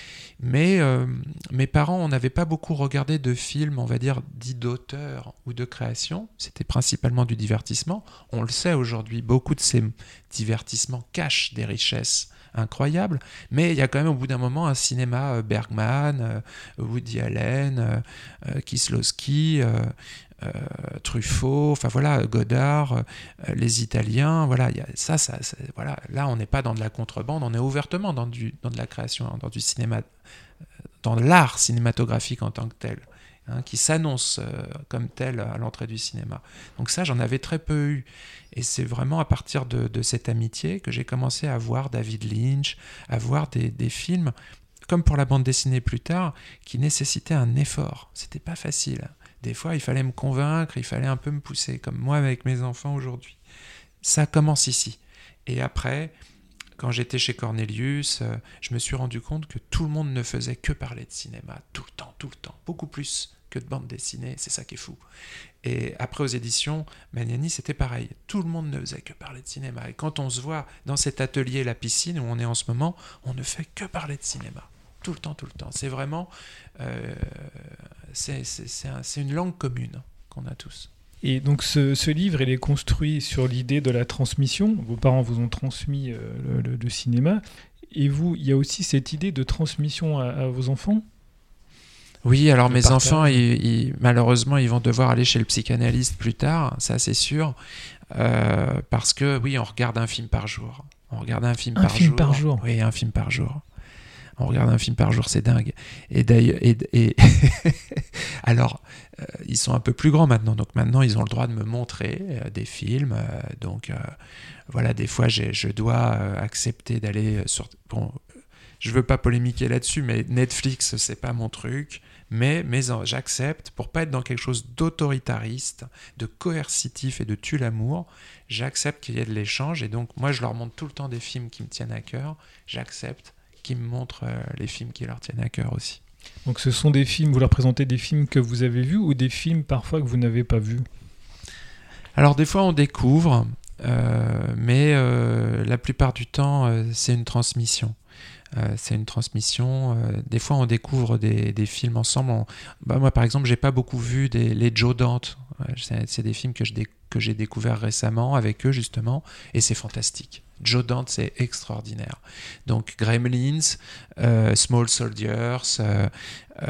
Mais euh, mes parents, on n'avait pas beaucoup regardé de films, on va dire, dits d'auteur ou de création. C'était principalement du divertissement. On le sait aujourd'hui, beaucoup de ces divertissements cachent des richesses incroyables, mais il y a quand même au bout d'un moment un cinéma euh, Bergman, euh, Woody Allen, euh, euh, Kieslowski, euh, euh, Truffaut, enfin voilà, Godard, euh, les Italiens, voilà, y a, ça, ça, ça, voilà, là on n'est pas dans de la contrebande, on est ouvertement dans, du, dans de la création, dans du cinéma, dans l'art cinématographique en tant que tel, hein, qui s'annonce euh, comme tel à l'entrée du cinéma. Donc ça, j'en avais très peu eu. Et c'est vraiment à partir de, de cette amitié que j'ai commencé à voir David Lynch, à voir des, des films, comme pour la bande dessinée plus tard, qui nécessitaient un effort. C'était pas facile. Des fois, il fallait me convaincre, il fallait un peu me pousser, comme moi avec mes enfants aujourd'hui. Ça commence ici. Et après, quand j'étais chez Cornelius, je me suis rendu compte que tout le monde ne faisait que parler de cinéma, tout le temps, tout le temps, beaucoup plus que de bande dessinée, c'est ça qui est fou. Et après aux éditions Magnani, c'était pareil. Tout le monde ne faisait que parler de cinéma. Et quand on se voit dans cet atelier La Piscine où on est en ce moment, on ne fait que parler de cinéma. Tout le temps, tout le temps. C'est vraiment... Euh, c'est, c'est, c'est, un, c'est une langue commune qu'on a tous. Et donc ce, ce livre, il est construit sur l'idée de la transmission. Vos parents vous ont transmis euh, le, le, le cinéma. Et vous, il y a aussi cette idée de transmission à, à vos enfants ? Oui, alors Le mes partage. enfants, ils, ils, malheureusement, ils vont devoir aller chez le psychanalyste plus tard, ça c'est sûr, euh, parce que oui, on regarde un film par jour. On regarde un film Un par film jour. par jour. Oui, un film par jour. On regarde un film par jour, c'est dingue. Et d'ailleurs, et, et alors, euh, ils sont un peu plus grands maintenant, donc maintenant ils ont le droit de me montrer euh, des films. Euh, donc euh, voilà, des fois j'ai, je dois euh, accepter d'aller sur. Bon, je veux pas polémiquer là-dessus, mais Netflix c'est pas mon truc. Mais, mais j'accepte, pour pas être dans quelque chose d'autoritariste, de coercitif et de tue l'amour, j'accepte qu'il y ait de l'échange. Et donc moi je leur montre tout le temps des films qui me tiennent à cœur. J'accepte qui me montrent euh, les films qui leur tiennent à cœur aussi. Donc ce sont des films, vous leur présentez des films que vous avez vus ou des films parfois que vous n'avez pas vus ? Alors des fois on découvre, euh, mais euh, la plupart du temps euh, c'est une transmission. Euh, c'est une transmission. Euh, des fois on découvre des, des films ensemble. On... Bah, moi par exemple j'ai pas beaucoup vu des, les Joe Dante. Ouais, c'est, c'est des films que, je dé... que j'ai découverts récemment avec eux justement, et c'est fantastique. Joe Dante, c'est extraordinaire. Donc Gremlins, euh, Small Soldiers, euh, euh,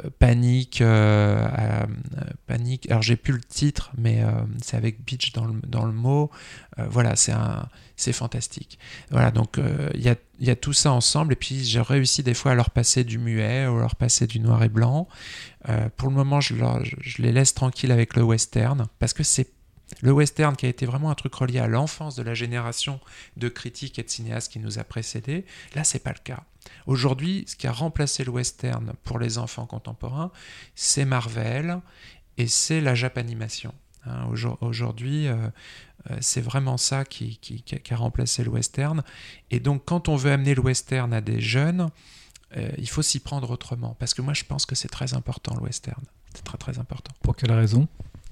Panic, euh, euh, Panic. Alors j'ai plus le titre, mais euh, c'est avec Beach dans le, dans le mot. Euh, voilà, c'est un, c'est fantastique. Voilà, donc il euh, y a, y a tout ça ensemble, et puis j'ai réussi des fois à leur passer du muet ou à leur passer du noir et blanc. Euh, pour le moment, je, leur, je, je les laisse tranquilles avec le western, parce que c'est le western qui a été vraiment un truc relié à l'enfance de la génération de critiques et de cinéastes qui nous a précédés. Là, c'est pas le cas. Aujourd'hui, ce qui a remplacé le western pour les enfants contemporains, c'est Marvel et c'est la Japanimation. Hein, aujourd'hui, euh, c'est vraiment ça qui, qui, qui a remplacé le western. Et donc, quand on veut amener le western à des jeunes, euh, il faut s'y prendre autrement. Parce que moi, je pense que c'est très important, le western. C'est très, très important. Pour quelle raison ?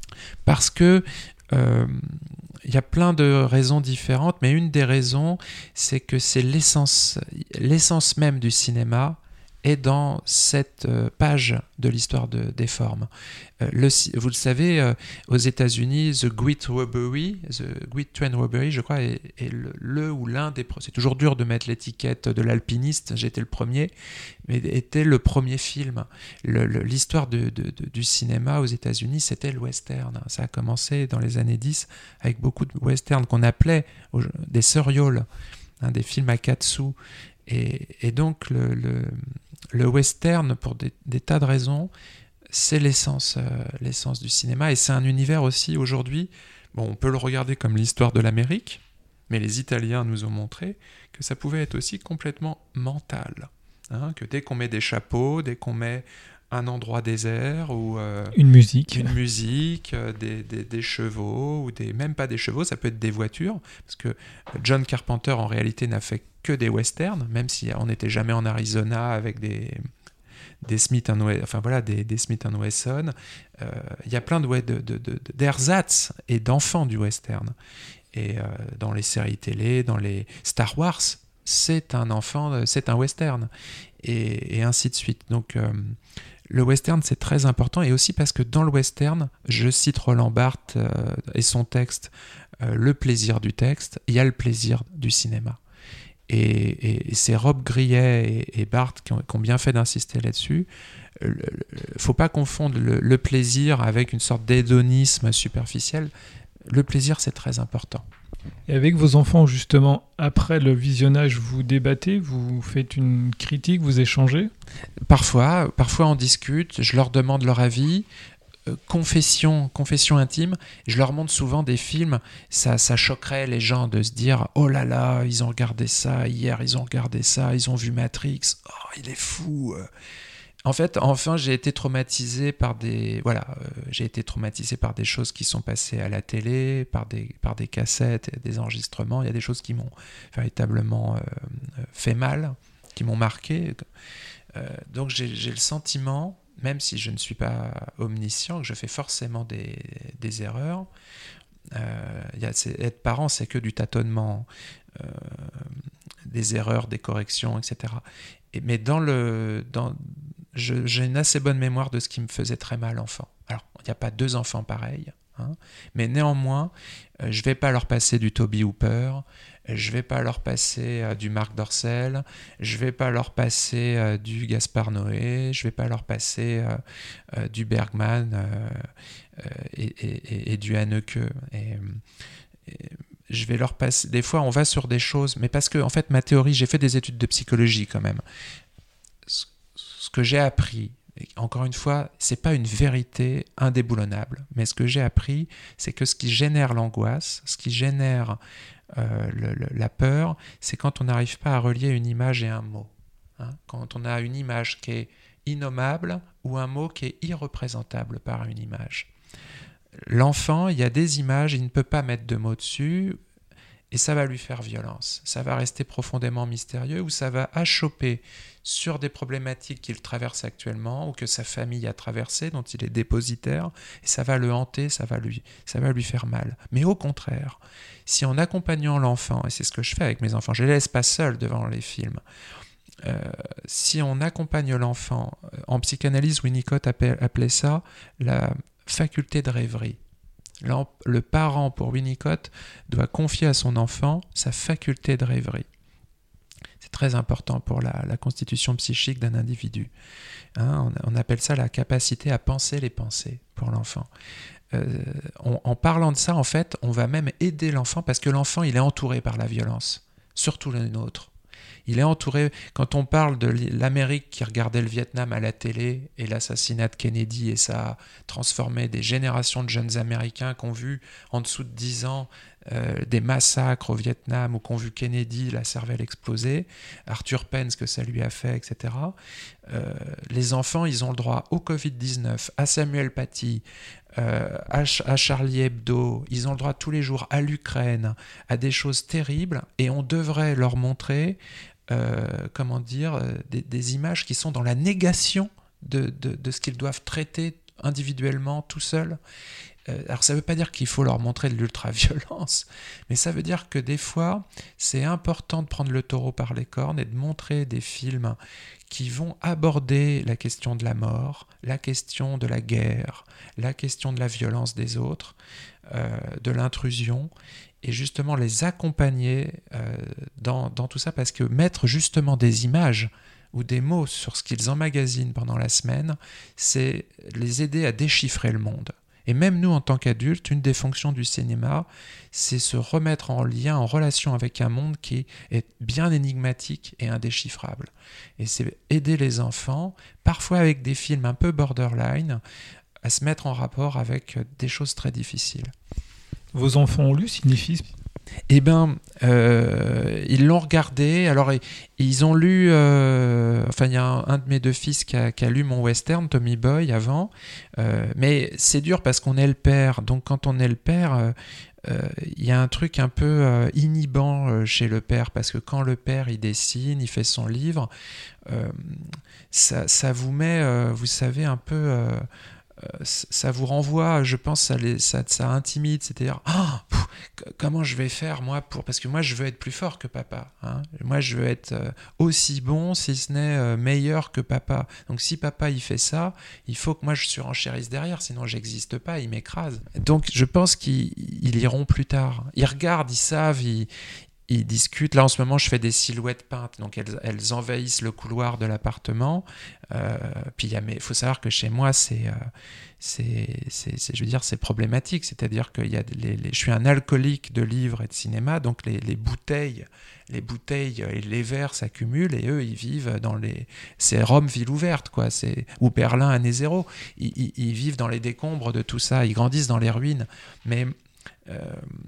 Parce que il euh, y a plein de raisons différentes, mais une des raisons, c'est que c'est l'essence, l'essence même du cinéma est dans cette euh, page de l'histoire de, des formes. Euh, le, vous le savez, euh, aux États-Unis, The Great Robbery, The Great Train Robbery, je crois, est, est le, le ou l'un des... C'est toujours dur de mettre l'étiquette de l'alpiniste, j'étais le premier, mais était le premier film. Le, le, l'histoire de, de, de, du cinéma aux États-Unis, c'était le western. Ça a commencé dans les années dix avec beaucoup de westerns qu'on appelait des surreals, hein, des films à quatre sous. Et, et donc, le, le, le western, pour des, des tas de raisons, c'est l'essence, euh, l'essence du cinéma. Et c'est un univers aussi, aujourd'hui, bon, on peut le regarder comme l'histoire de l'Amérique, mais les Italiens nous ont montré que ça pouvait être aussi complètement mental. Hein, que dès qu'on met des chapeaux, dès qu'on met un endroit désert ou euh, une musique, une musique, euh, des, des, des chevaux ou des même pas des chevaux, ça peut être des voitures, parce que John Carpenter en réalité n'a fait que des westerns, même si on n'était jamais en Arizona avec des des Smith and Wesson, enfin voilà, des, des Smith and Wesson. Il euh, y a plein de, de, de, de d'ersatz et d'enfants du western. Et euh, dans les séries télé, dans les Star Wars, c'est un enfant, c'est un western, et, et ainsi de suite. Donc euh, le western, c'est très important, et aussi parce que dans le western, je cite Roland Barthes euh, et son texte, euh, le plaisir du texte, il y a le plaisir du cinéma. Et, et c'est Rob Grillet et, et Barthes qui ont, qui ont bien fait d'insister là-dessus. Il ne faut pas confondre le, le plaisir avec une sorte d'hédonisme superficiel. Le plaisir, c'est très important. Et avec vos enfants, justement, après le visionnage, vous débattez, vous faites une critique, vous échangez ? Parfois, parfois on discute, je leur demande leur avis. Euh, confession, confession intime, je leur montre souvent des films, ça, ça choquerait les gens de se dire « Oh là là, ils ont regardé ça, hier ils ont regardé ça, ils ont vu Matrix, oh il est fou !» En fait, enfin, j'ai été traumatisé par des, voilà, euh, j'ai été traumatisé par des choses qui sont passées à la télé, par des, par des cassettes, des enregistrements. Il y a des choses qui m'ont véritablement euh, fait mal, qui m'ont marqué. Euh, donc j'ai, j'ai le sentiment même si je ne suis pas omniscient, que je fais forcément des, des erreurs. Euh, y a, c'est, être parent, c'est que du tâtonnement, euh, des erreurs, des corrections, et cetera. Et, mais dans le, dans, je, j'ai une assez bonne mémoire de ce qui me faisait très mal enfant. Alors, il n'y a pas deux enfants pareils, hein, mais néanmoins, euh, je ne vais pas leur passer du Toby Hooper, je ne vais pas leur passer euh, du Marc Dorcel, je ne vais pas leur passer euh, du Gaspard Noé, je ne vais pas leur passer euh, euh, du Bergman euh, euh, et, et, et du Haneke. Et, et je vais leur passer... Des fois, on va sur des choses, mais parce que, en fait, ma théorie, j'ai fait des études de psychologie quand même. Ce, ce que j'ai appris, encore une fois, c'est pas une vérité indéboulonnable, mais ce que j'ai appris, c'est que ce qui génère l'angoisse, ce qui génère euh, le, le, la peur, c'est quand on n'arrive pas à relier une image et un mot. Hein, quand on a une image qui est innommable ou un mot qui est irreprésentable par une image. L'enfant, il y a des images, il ne peut pas mettre de mots dessus, et ça va lui faire violence. Ça va rester profondément mystérieux, ou ça va achoper sur des problématiques qu'il traverse actuellement, ou que sa famille a traversées, dont il est dépositaire, et ça va le hanter, ça va lui, ça va lui faire mal. Mais au contraire, si en accompagnant l'enfant, et c'est ce que je fais avec mes enfants, je ne les laisse pas seuls devant les films, euh, si on accompagne l'enfant, en psychanalyse, Winnicott appelait, appelait ça la faculté de rêverie. Le parent, pour Winnicott, doit confier à son enfant sa faculté de rêverie. C'est très important pour la, la constitution psychique d'un individu. Hein, on, on appelle ça la capacité à penser les pensées pour l'enfant. Euh, on, en parlant de ça, en fait, on va même aider l'enfant parce que l'enfant, il est entouré par la violence, surtout le nôtre. Il est entouré, quand on parle de l'Amérique qui regardait le Vietnam à la télé et l'assassinat de Kennedy, et ça a transformé des générations de jeunes Américains qui ont vu en dessous de dix ans euh, des massacres au Vietnam ou qui ont vu Kennedy, la cervelle exploser, Arthur Penn, ce que ça lui a fait, et cetera. Euh, les enfants, ils ont le droit au covid dix-neuf, à Samuel Paty, euh, à, à Charlie Hebdo, ils ont le droit tous les jours à l'Ukraine, à des choses terribles, et on devrait leur montrer Euh, comment dire, euh, des, des images qui sont dans la négation de, de, de ce qu'ils doivent traiter individuellement, tout seuls. Euh, alors ça ne veut pas dire qu'il faut leur montrer de l'ultra-violence, mais ça veut dire que des fois, c'est important de prendre le taureau par les cornes et de montrer des films qui vont aborder la question de la mort, la question de la guerre, la question de la violence des autres, euh, de l'intrusion, et justement les accompagner euh, dans, dans tout ça, parce que mettre justement des images ou des mots sur ce qu'ils emmagasinent pendant la semaine, c'est les aider à déchiffrer le monde. Et même nous, en tant qu'adultes, une des fonctions du cinéma, c'est se remettre en lien, en relation avec un monde qui est bien énigmatique et indéchiffrable. Et c'est aider les enfants, parfois avec des films un peu borderline, à se mettre en rapport avec des choses très difficiles. Vos enfants ont lu Cinéphile ? Eh bien, euh, ils l'ont regardé. Alors, ils ont lu... Euh, enfin, il y a un, un de mes deux fils qui a, qui a lu mon western, Tommy Boy, avant. Euh, mais c'est dur parce qu'on est le père. Donc, quand on est le père, euh, euh, il y a un truc un peu euh, inhibant euh, chez le père. Parce que quand le père, il dessine, il fait son livre, euh, ça, ça vous met, euh, vous savez, un peu... Euh, Euh, ça vous renvoie, je pense, ça, les, ça, ça intimide, c'est-à-dire oh, pff, comment je vais faire moi pour, parce que moi je veux être plus fort que papa, hein. Moi je veux être euh, aussi bon, si ce n'est euh, meilleur que papa. Donc si papa il fait ça, il faut que moi je surenchérisse derrière, sinon j'existe pas, il m'écrase. Donc je pense qu'ils ils iront plus tard. Ils regardent, ils savent, ils Ils discutent. Là, en ce moment, je fais des silhouettes peintes. Donc, elles, elles envahissent le couloir de l'appartement. Euh, puis, il faut savoir que chez moi, c'est, euh, c'est, c'est, c'est, je veux dire, c'est problématique. C'est-à-dire que il y a les, les, je suis un alcoolique de livres et de cinéma. Donc, les, les bouteilles, les bouteilles et les verres s'accumulent. Et eux, ils vivent dans les... C'est Rome, ville ouverte, quoi. C'est... Ou Berlin, année zéro. Ils, ils, ils vivent dans les décombres de tout ça. Ils grandissent dans les ruines. Mais... Euh,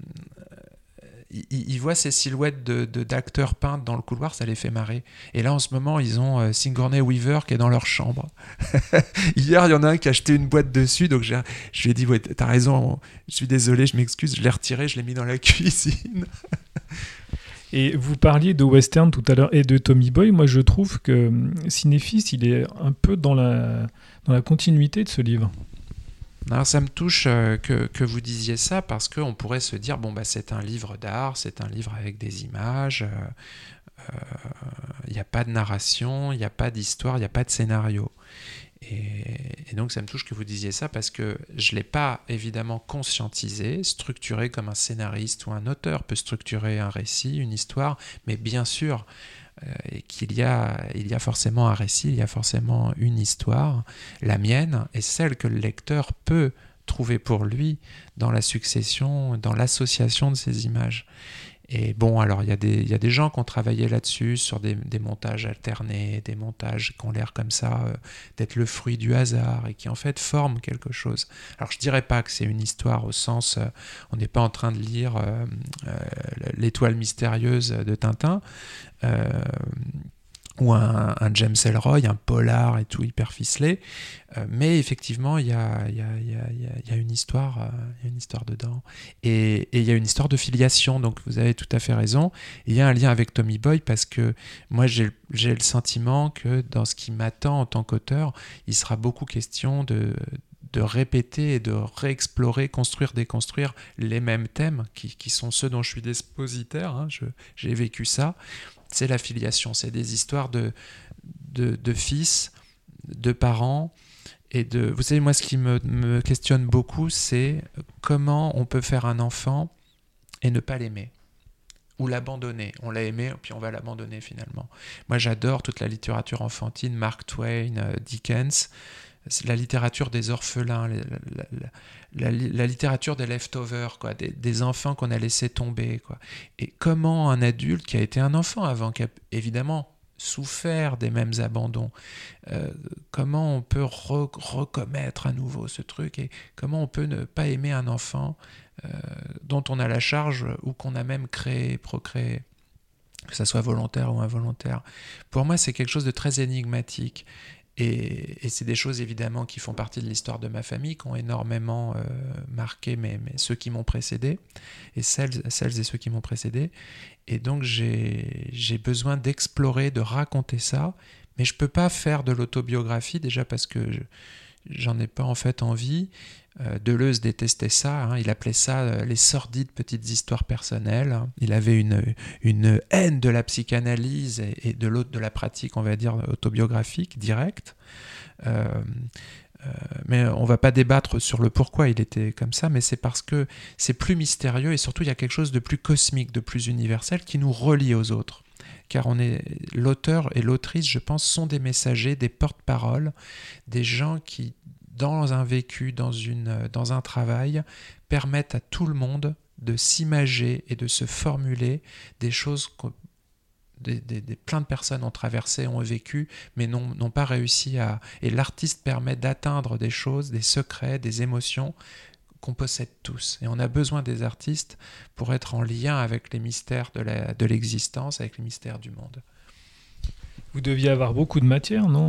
Ils, ils voient ces silhouettes de, de, d'acteurs peintes dans le couloir, ça les fait marrer. Et là, en ce moment, ils ont euh, Sigourney Weaver qui est dans leur chambre. Hier, il y en a un qui a acheté une boîte dessus, donc j'ai, je lui ai dit ouais, « T'as raison, je suis désolé, je m'excuse », je l'ai retiré, je l'ai mis dans la cuisine. Et vous parliez de western tout à l'heure et de Tommy Boy. Moi, je trouve que Cinéphis, il est un peu dans la, dans la continuité de ce livre. Alors, ça me touche euh, que, que vous disiez ça, parce qu'on pourrait se dire, bon, bah, c'est un livre d'art, c'est un livre avec des images, il euh, n'y a pas de narration, il n'y a pas d'histoire, il n'y a pas de scénario. Et, et donc ça me touche que vous disiez ça, parce que je ne l'ai pas évidemment conscientisé, structuré comme un scénariste ou un auteur peut structurer un récit, une histoire, mais bien sûr euh, qu'il y a, il y a forcément un récit, il y a forcément une histoire, la mienne, et celle que le lecteur peut trouver pour lui dans la succession, dans l'association de ces images. Et bon, alors il y a des, il y a des gens qui ont travaillé là-dessus, sur des, des montages alternés, des montages qui ont l'air comme ça euh, d'être le fruit du hasard et qui en fait forment quelque chose. Alors je dirais pas que c'est une histoire au sens, euh, on n'est pas en train de lire euh, euh, l'étoile mystérieuse de Tintin, euh, ou un, un James Ellroy, un polar et tout hyper ficelé, euh, mais effectivement il y a, y, a, y, a, y a une histoire, euh, y a une histoire dedans, et il y a une histoire de filiation, donc vous avez tout à fait raison. Il y a un lien avec Tommy Boy, parce que moi j'ai, j'ai le sentiment que dans ce qui m'attend en tant qu'auteur, il sera beaucoup question de de répéter et de réexplorer, construire, déconstruire les mêmes thèmes qui, qui sont ceux dont je suis dépositaire, hein, je, j'ai vécu ça. C'est la filiation, c'est des histoires de, de, de fils, de parents, et de... Vous savez, moi, ce qui me, me questionne beaucoup, c'est comment on peut faire un enfant et ne pas l'aimer, ou l'abandonner. On l'a aimé, puis on va l'abandonner finalement. Moi, j'adore toute la littérature enfantine, Mark Twain, Dickens, c'est la littérature des orphelins, la, la, la, la, la littérature des leftovers, quoi, des, des enfants qu'on a laissés tomber, quoi. Et comment un adulte qui a été un enfant avant, qui a évidemment souffert des mêmes abandons, euh, comment on peut re- recommettre à nouveau ce truc, et comment on peut ne pas aimer un enfant euh, dont on a la charge ou qu'on a même créé, procréé, que ça soit volontaire ou involontaire. Pour moi, c'est quelque chose de très énigmatique. Et, et c'est des choses évidemment qui font partie de l'histoire de ma famille, qui ont énormément euh, marqué mes, mes, ceux qui m'ont précédé, et celles, celles et ceux qui m'ont précédé. Et donc j'ai, j'ai besoin d'explorer, de raconter ça, mais je ne peux pas faire de l'autobiographie, déjà parce que je, j'en ai pas en fait envie. Euh, Deleuze détestait ça, hein, il appelait ça euh, les sordides petites histoires personnelles. Hein. Il avait une, une haine de la psychanalyse et, et de, l'autre, de la pratique, on va dire, autobiographique, directe. Euh, euh, mais on ne va pas débattre sur le pourquoi il était comme ça, mais c'est parce que c'est plus mystérieux, et surtout il y a quelque chose de plus cosmique, de plus universel, qui nous relie aux autres. Car on est, l'auteur et l'autrice, je pense, sont des messagers, des porte-paroles, des gens qui, dans un vécu, dans, une, dans un travail, permettent à tout le monde de s'imager et de se formuler des choses que des, des, des, plein de personnes ont traversées, ont vécu, mais n'ont, n'ont pas réussi à... Et l'artiste permet d'atteindre des choses, des secrets, des émotions qu'on possède tous. Et on a besoin des artistes pour être en lien avec les mystères de, la, de l'existence, avec les mystères du monde. Vous deviez avoir beaucoup de matière, non ?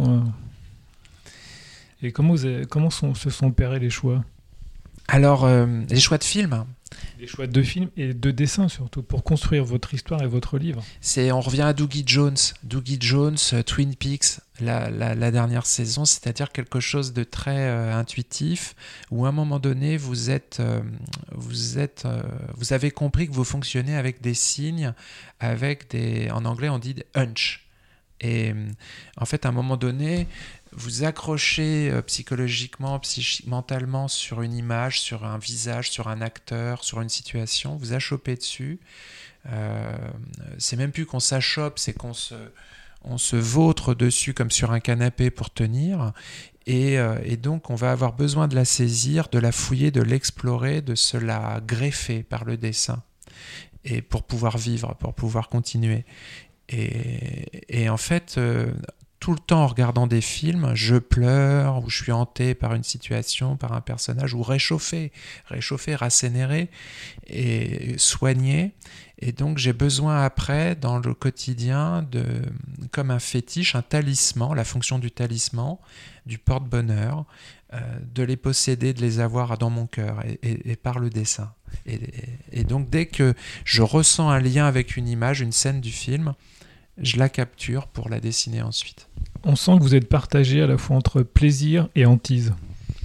Et comment, vous avez, comment sont, se sont opérés les choix ? Alors, euh, les choix de films. Les choix de films et de dessins surtout, pour construire votre histoire et votre livre. C'est, on revient à Dougie Jones. Dougie Jones, euh, Twin Peaks, la, la, la dernière saison, c'est-à-dire quelque chose de très euh, intuitif, où à un moment donné, vous, êtes, euh, vous, êtes, euh, vous avez compris que vous fonctionnez avec des signes, avec des... En anglais, on dit des hunch. Et en fait, à un moment donné, vous accrochez euh, psychologiquement, psychi- mentalement sur une image, sur un visage, sur un acteur, sur une situation, vous achoppez dessus. Euh, c'est même plus qu'on s'achoppe, c'est qu'on se, on se vautre dessus comme sur un canapé pour tenir. Et, euh, et donc, on va avoir besoin de la saisir, de la fouiller, de l'explorer, de se la greffer par le dessin, et pour pouvoir vivre, pour pouvoir continuer. Et, et en fait, euh, tout le temps en regardant des films, je pleure ou je suis hanté par une situation, par un personnage, ou réchauffé, réchauffé, rassénéré et soigné. Et donc j'ai besoin après, dans le quotidien, de, comme un fétiche, un talisman, la fonction du talisman, du porte-bonheur, euh, de les posséder, de les avoir dans mon cœur et, et, et par le dessin. Et, et, et donc dès que je ressens un lien avec une image, une scène du film, je la capture pour la dessiner ensuite. On sent que vous êtes partagé à la fois entre plaisir et hantise.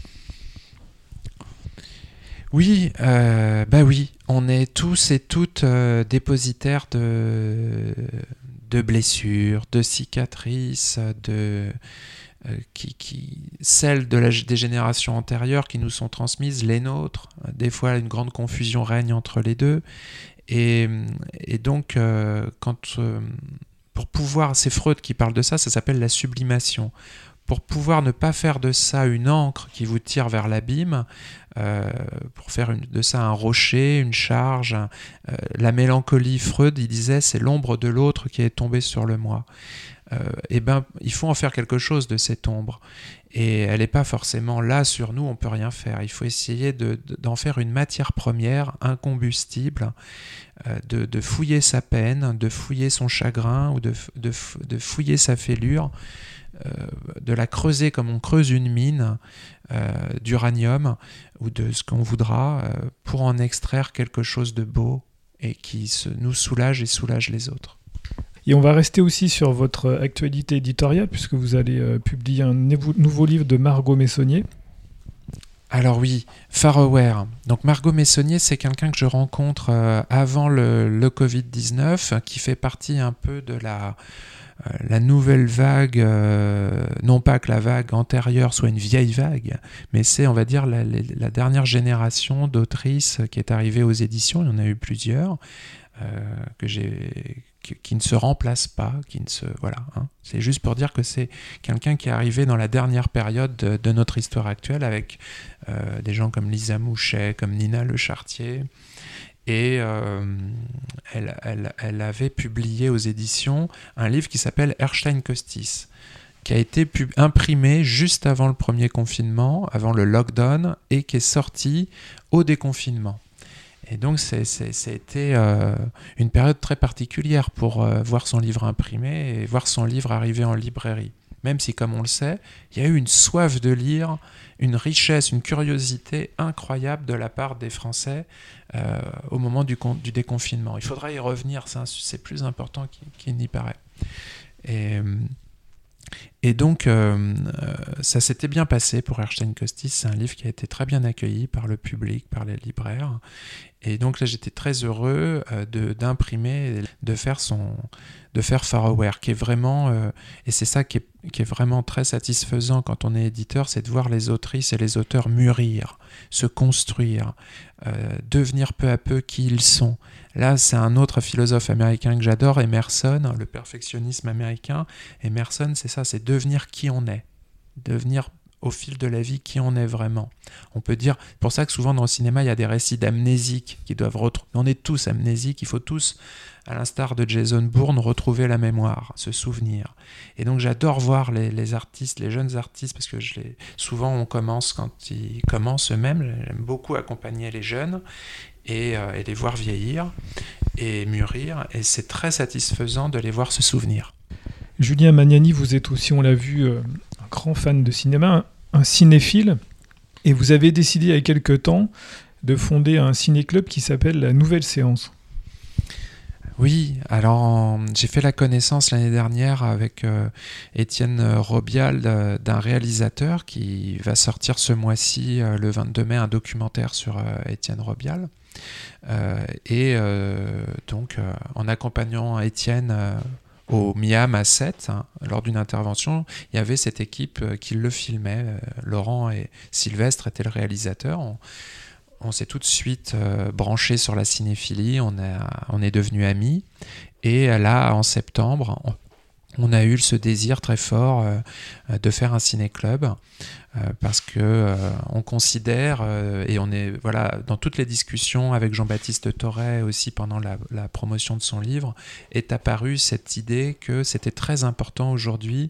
Oui, euh, bah oui, on est tous et toutes euh, dépositaires de, de blessures, de cicatrices, de, euh, qui, qui, celles de la, des générations antérieures qui nous sont transmises, les nôtres. Des fois, une grande confusion règne entre les deux. Et, et donc, euh, quand, euh, pour pouvoir, c'est Freud qui parle de ça, ça s'appelle la sublimation. Pour pouvoir ne pas faire de ça une encre qui vous tire vers l'abîme, euh, pour faire une, de ça un rocher, une charge, un, euh, la mélancolie, Freud, il disait, c'est l'ombre de l'autre qui est tombée sur le moi. Euh, et ben, il faut en faire quelque chose de cette ombre. Et elle n'est pas forcément là sur nous, on ne peut rien faire. Il faut essayer de, de, d'en faire une matière première, un combustible, euh, de, de fouiller sa peine, de fouiller son chagrin ou de, de, de fouiller sa fêlure, Euh, de la creuser comme on creuse une mine euh, d'uranium ou de ce qu'on voudra euh, pour en extraire quelque chose de beau et qui se, nous soulage et soulage les autres. Et on va rester aussi sur votre actualité éditoriale puisque vous allez euh, publier un névo- nouveau livre de Margot Messonnier. Alors oui, Faraware. Donc Margot Messonnier, c'est quelqu'un que je rencontre euh, avant le, le covid dix-neuf, qui fait partie un peu de la... la nouvelle vague, euh, non pas que la vague antérieure soit une vieille vague, mais c'est, on va dire, la, la, la dernière génération d'autrices qui est arrivée aux éditions. Il y en a eu plusieurs, euh, que j'ai, qui, qui ne se remplacent pas, qui ne se, voilà. Hein. C'est juste pour dire que c'est quelqu'un qui est arrivé dans la dernière période de, de notre histoire actuelle, avec euh, des gens comme Lisa Mouchet, comme Nina Lechartier. Et euh, elle, elle, elle avait publié aux éditions un livre qui s'appelle Erstein Costis, qui a été pub- imprimé juste avant le premier confinement, avant le lockdown, et qui est sorti au déconfinement. Et donc c'est, c'est, ça a été euh, une période très particulière pour euh, voir son livre imprimé et voir son livre arriver en librairie. Même si, comme on le sait, il y a eu une soif de lire, une richesse, une curiosité incroyable de la part des Français euh, au moment du, con- du déconfinement. Il faudra y revenir, c'est, un, c'est plus important qu'il, qu'il n'y paraît. Et, et donc, euh, ça s'était bien passé pour Erstein Costis. C'est un livre qui a été très bien accueilli par le public, par les libraires. Et donc là, j'étais très heureux euh, de, d'imprimer, de faire son, de faire Faraware, qui est vraiment, euh, et c'est ça qui est, qui est vraiment très satisfaisant quand on est éditeur, c'est de voir les autrices et les auteurs mûrir, se construire, euh, devenir peu à peu qui ils sont. Là, c'est un autre philosophe américain que j'adore, Emerson, le perfectionnisme américain. Emerson, c'est ça, c'est devenir qui on est, devenir au fil de la vie qui on est vraiment. On peut dire, c'est pour ça que souvent dans le cinéma, il y a des récits d'amnésiques qui doivent retrouver. On est tous amnésiques, il faut tous, à l'instar de Jason Bourne, retrouver la mémoire, se souvenir. Et donc j'adore voir les, les artistes, les jeunes artistes, parce que je les, souvent on commence quand ils commencent eux-mêmes. J'aime beaucoup accompagner les jeunes et, euh, et les voir vieillir et mûrir. Et c'est très satisfaisant de les voir se souvenir. Julien Magnani, vous êtes aussi, on l'a vu, euh, un grand fan de cinéma, un, un cinéphile, et vous avez décidé il y a quelque temps de fonder un ciné-club qui s'appelle La Nouvelle Séance. Oui, alors en, j'ai fait la connaissance l'année dernière avec euh, Étienne Robial euh, d'un réalisateur qui va sortir ce mois-ci, euh, le vingt-deux mai, un documentaire sur euh, Étienne Robial. Euh, et euh, donc, euh, en accompagnant Étienne euh, au Miam à sept, hein, lors d'une intervention, il y avait cette équipe euh, qui le filmait. Euh, Laurent et Sylvestre étaient le réalisateur. On, on s'est tout de suite euh, branché sur la cinéphilie, on, a, on est devenus amis. Et là, en septembre, on, on a eu ce désir très fort euh, de faire un ciné-club euh, parce que euh, on considère euh, et on est voilà dans toutes les discussions avec Jean-Baptiste Thoret aussi pendant la, la promotion de son livre est apparue cette idée que c'était très important aujourd'hui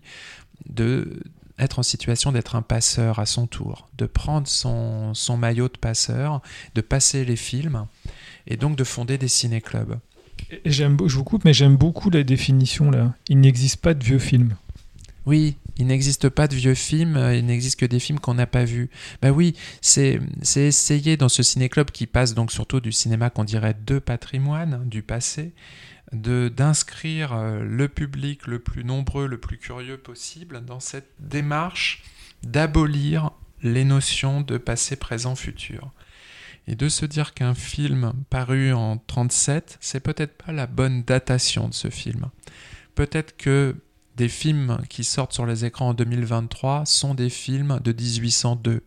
de être en situation d'être un passeur à son tour, de prendre son, son maillot de passeur, de passer les films et donc de fonder des ciné-clubs. Et j'aime, je vous coupe, mais j'aime beaucoup la définition là. Il n'existe pas de vieux films. Oui, il n'existe pas de vieux films, il n'existe que des films qu'on n'a pas vus. Ben oui, c'est, c'est essayer dans ce ciné-club qui passe donc surtout du cinéma qu'on dirait de patrimoine, du passé, de, d'inscrire le public le plus nombreux, le plus curieux possible dans cette démarche d'abolir les notions de passé, présent, futur. Et de se dire qu'un film paru en trente-sept, c'est peut-être pas la bonne datation de ce film. Peut-être que des films qui sortent sur les écrans en deux mille vingt-trois sont des films de dix-huit cent deux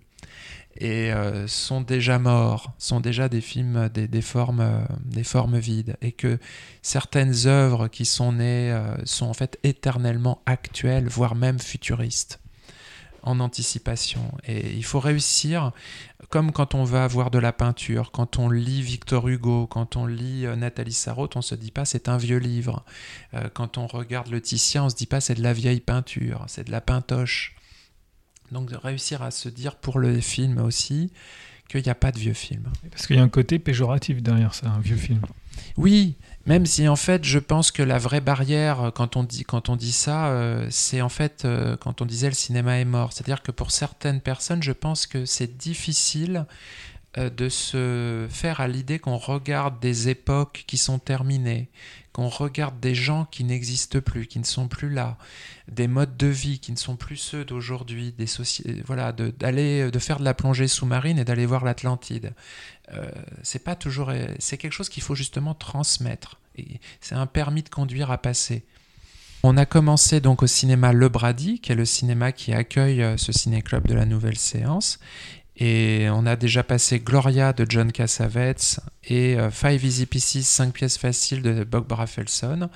et euh, sont déjà morts, sont déjà des films, des, des, formes, euh, des formes vides, et que certaines œuvres qui sont nées euh, sont en fait éternellement actuelles, voire même futuristes, en anticipation. Et il faut réussir, comme quand on va voir de la peinture, quand on lit Victor Hugo, quand on lit euh, Nathalie Sarraute, on se dit pas c'est un vieux livre. Euh, quand on regarde le Titien, on se dit pas c'est de la vieille peinture, c'est de la pintoche. Donc de réussir à se dire pour le film aussi qu'il n'y a pas de vieux film. Parce qu'il y a un côté péjoratif derrière ça, un vieux film. Oui, même si en fait je pense que la vraie barrière quand on dit, quand on dit ça, euh, c'est en fait euh, quand on disait le cinéma est mort. C'est-à-dire que pour certaines personnes, je pense que c'est difficile euh, de se faire à l'idée qu'on regarde des époques qui sont terminées, qu'on regarde des gens qui n'existent plus, qui ne sont plus là, des modes de vie qui ne sont plus ceux d'aujourd'hui, des soci... voilà, de, d'aller, de faire de la plongée sous-marine et d'aller voir l'Atlantide. Euh, c'est pas toujours, c'est quelque chose qu'il faut justement transmettre. Et c'est un permis de conduire à passer. On a commencé donc au cinéma Le Brady, qui est le cinéma qui accueille ce ciné-club de la Nouvelle Séance. Et on a déjà passé Gloria de John Cassavetes et euh, Five Easy Pieces, cinq pièces faciles de Bob Rafelson.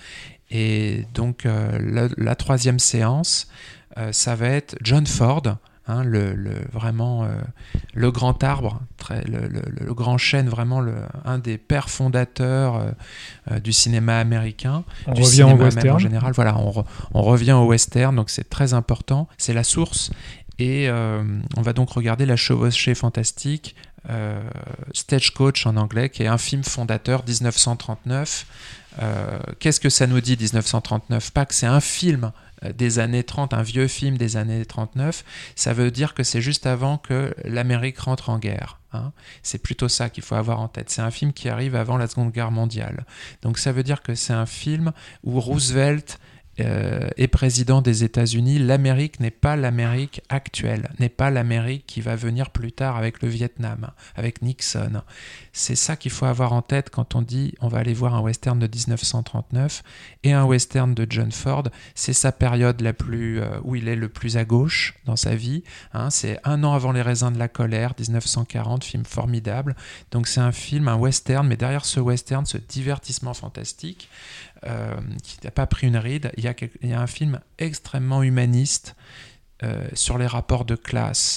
Et donc euh, la, la troisième séance, euh, ça va être John Ford, hein, le, le, vraiment euh, le grand arbre, très, le, le, le grand chêne, vraiment le, un des pères fondateurs euh, euh, du cinéma américain, on du revient cinéma au western. même en général. Voilà, on, re, on revient au western, donc c'est très important, c'est la source. Et euh, on va donc regarder La Chevauchée Fantastique, euh, Stagecoach en anglais, qui est un film fondateur dix-neuf cent trente-neuf. Euh, qu'est-ce que ça nous dit dix-neuf cent trente-neuf? Pas que c'est un film des années trente, un vieux film des années trente-neuf, ça veut dire que c'est juste avant que l'Amérique rentre en guerre. Hein. C'est plutôt ça qu'il faut avoir en tête. C'est un film qui arrive avant la Seconde Guerre mondiale. Donc ça veut dire que c'est un film où Roosevelt Euh, est président des États-Unis. L'Amérique n'est pas l'Amérique actuelle, n'est pas l'Amérique qui va venir plus tard avec le Vietnam, avec Nixon. C'est ça qu'il faut avoir en tête quand on dit on va aller voir un western de dix-neuf cent trente-neuf et un western de John Ford. C'est sa période la plus, euh, où il est le plus à gauche dans sa vie. Hein. C'est un an avant Les Raisins de la colère, dix-neuf cent quarante, film formidable. Donc c'est un film, un western, mais derrière ce western, ce divertissement fantastique, Euh, qui n'a pas pris une ride, il y a, il y a un film extrêmement humaniste euh, sur les rapports de classe,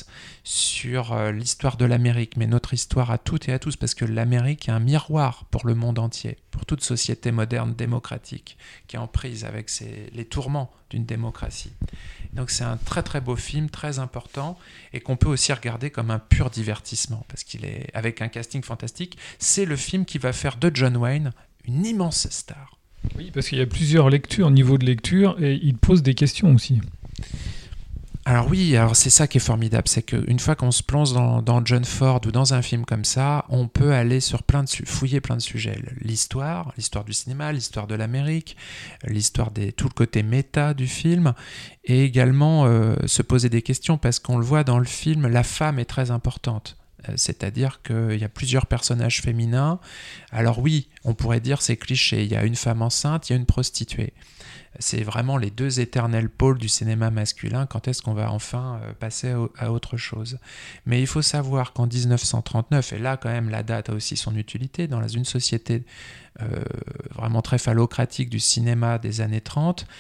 sur euh, l'histoire de l'Amérique, mais notre histoire à toutes et à tous, parce que l'Amérique est un miroir pour le monde entier, pour toute société moderne démocratique, qui est en prise avec ses, les tourments d'une démocratie. Donc c'est un très très beau film, très important, et qu'on peut aussi regarder comme un pur divertissement, parce qu'il est avec un casting fantastique. C'est le film qui va faire de John Wayne une immense star. Oui, parce qu'il y a plusieurs lectures, niveau de lecture, et il pose des questions aussi. Alors oui, alors c'est ça qui est formidable, c'est qu'une fois qu'on se plonge dans, dans John Ford ou dans un film comme ça, on peut aller sur plein de fouiller plein de sujets. L'histoire, l'histoire du cinéma, l'histoire de l'Amérique, l'histoire des tout le côté méta du film, et également euh, se poser des questions, parce qu'on le voit dans le film, la femme est très importante. C'est-à-dire qu'il y a plusieurs personnages féminins. Alors oui, on pourrait dire c'est cliché, il y a une femme enceinte, il y a une prostituée. C'est vraiment les deux éternels pôles du cinéma masculin. Quand est-ce qu'on va enfin passer à autre chose? Mais il faut savoir qu'en dix-neuf cent trente-neuf, et là quand même la date a aussi son utilité, dans une société euh, vraiment très phallocratique du cinéma des années trente,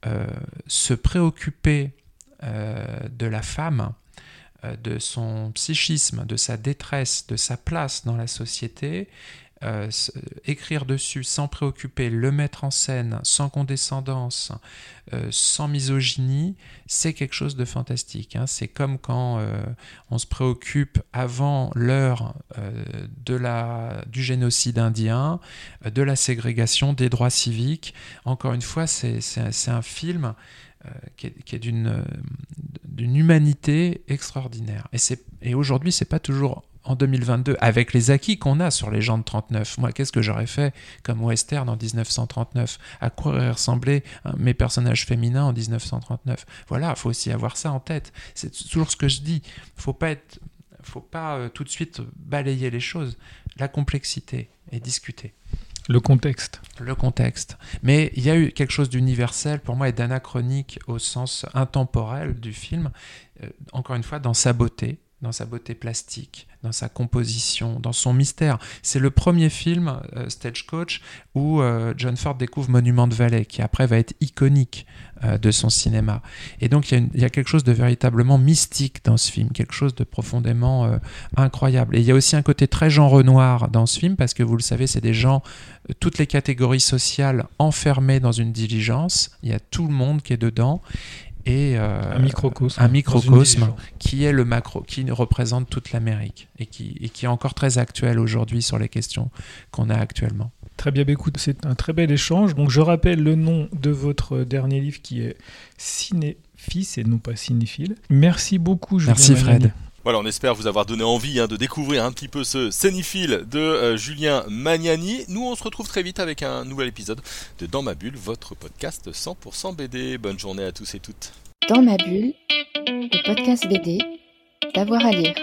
euh, se préoccuper euh, de la femme, euh, de son psychisme, de sa détresse, de sa place dans la société, euh, écrire dessus sans préoccuper, le mettre en scène, sans condescendance, euh, sans misogynie, c'est quelque chose de fantastique. Hein. C'est comme quand euh, on se préoccupe avant l'heure euh, de la, du génocide indien, euh, de la ségrégation, des droits civiques. Encore une fois, c'est, c'est, c'est un film euh, qui est, qui est d'une, euh, d'une humanité extraordinaire. Et, c'est, et aujourd'hui, c'est pas toujours... En deux mille vingt-deux, avec les acquis qu'on a sur les gens de trente-neuf, moi, qu'est-ce que j'aurais fait comme western en dix-neuf cent trente-neuf? À quoi auraient ressemblé hein, mes personnages féminins en dix-neuf cent trente-neuf? Voilà, il faut aussi avoir ça en tête. C'est toujours ce que je dis. Il ne faut pas, être, faut pas euh, tout de suite balayer les choses. La complexité et discuter. Le contexte. Le contexte. Mais il y a eu quelque chose d'universel, pour moi, et d'anachronique au sens intemporel du film, euh, encore une fois, dans sa beauté, dans sa beauté plastique, dans sa composition, dans son mystère. C'est le premier film, euh, Stagecoach, où euh, John Ford découvre Monument Valley, qui après va être iconique euh, de son cinéma. Et donc il y, a une, il y a quelque chose de véritablement mystique dans ce film, quelque chose de profondément euh, incroyable. Et il y a aussi un côté très Jean Renoir dans ce film, parce que vous le savez, c'est des gens, euh, toutes les catégories sociales enfermées dans une diligence. Il y a tout le monde qui est dedans. Et euh, un microcosme, un microcosme qui est le macro, qui représente toute l'Amérique et qui, et qui est encore très actuel aujourd'hui sur les questions qu'on a actuellement. Très bien, écoute, c'est un très bel échange. Donc je rappelle le nom de votre dernier livre qui est Cinéfils et non pas Cinéphile. Merci beaucoup, Julien. Merci Fred. Magnani. Voilà, on espère vous avoir donné envie hein, de découvrir un petit peu ce cinéphile de euh, Julien Magnani. Nous, on se retrouve très vite avec un nouvel épisode de Dans ma bulle, votre podcast cent pour cent B D. Bonne journée à tous et toutes. Dans ma bulle, le podcast B D, d'avoir à lire.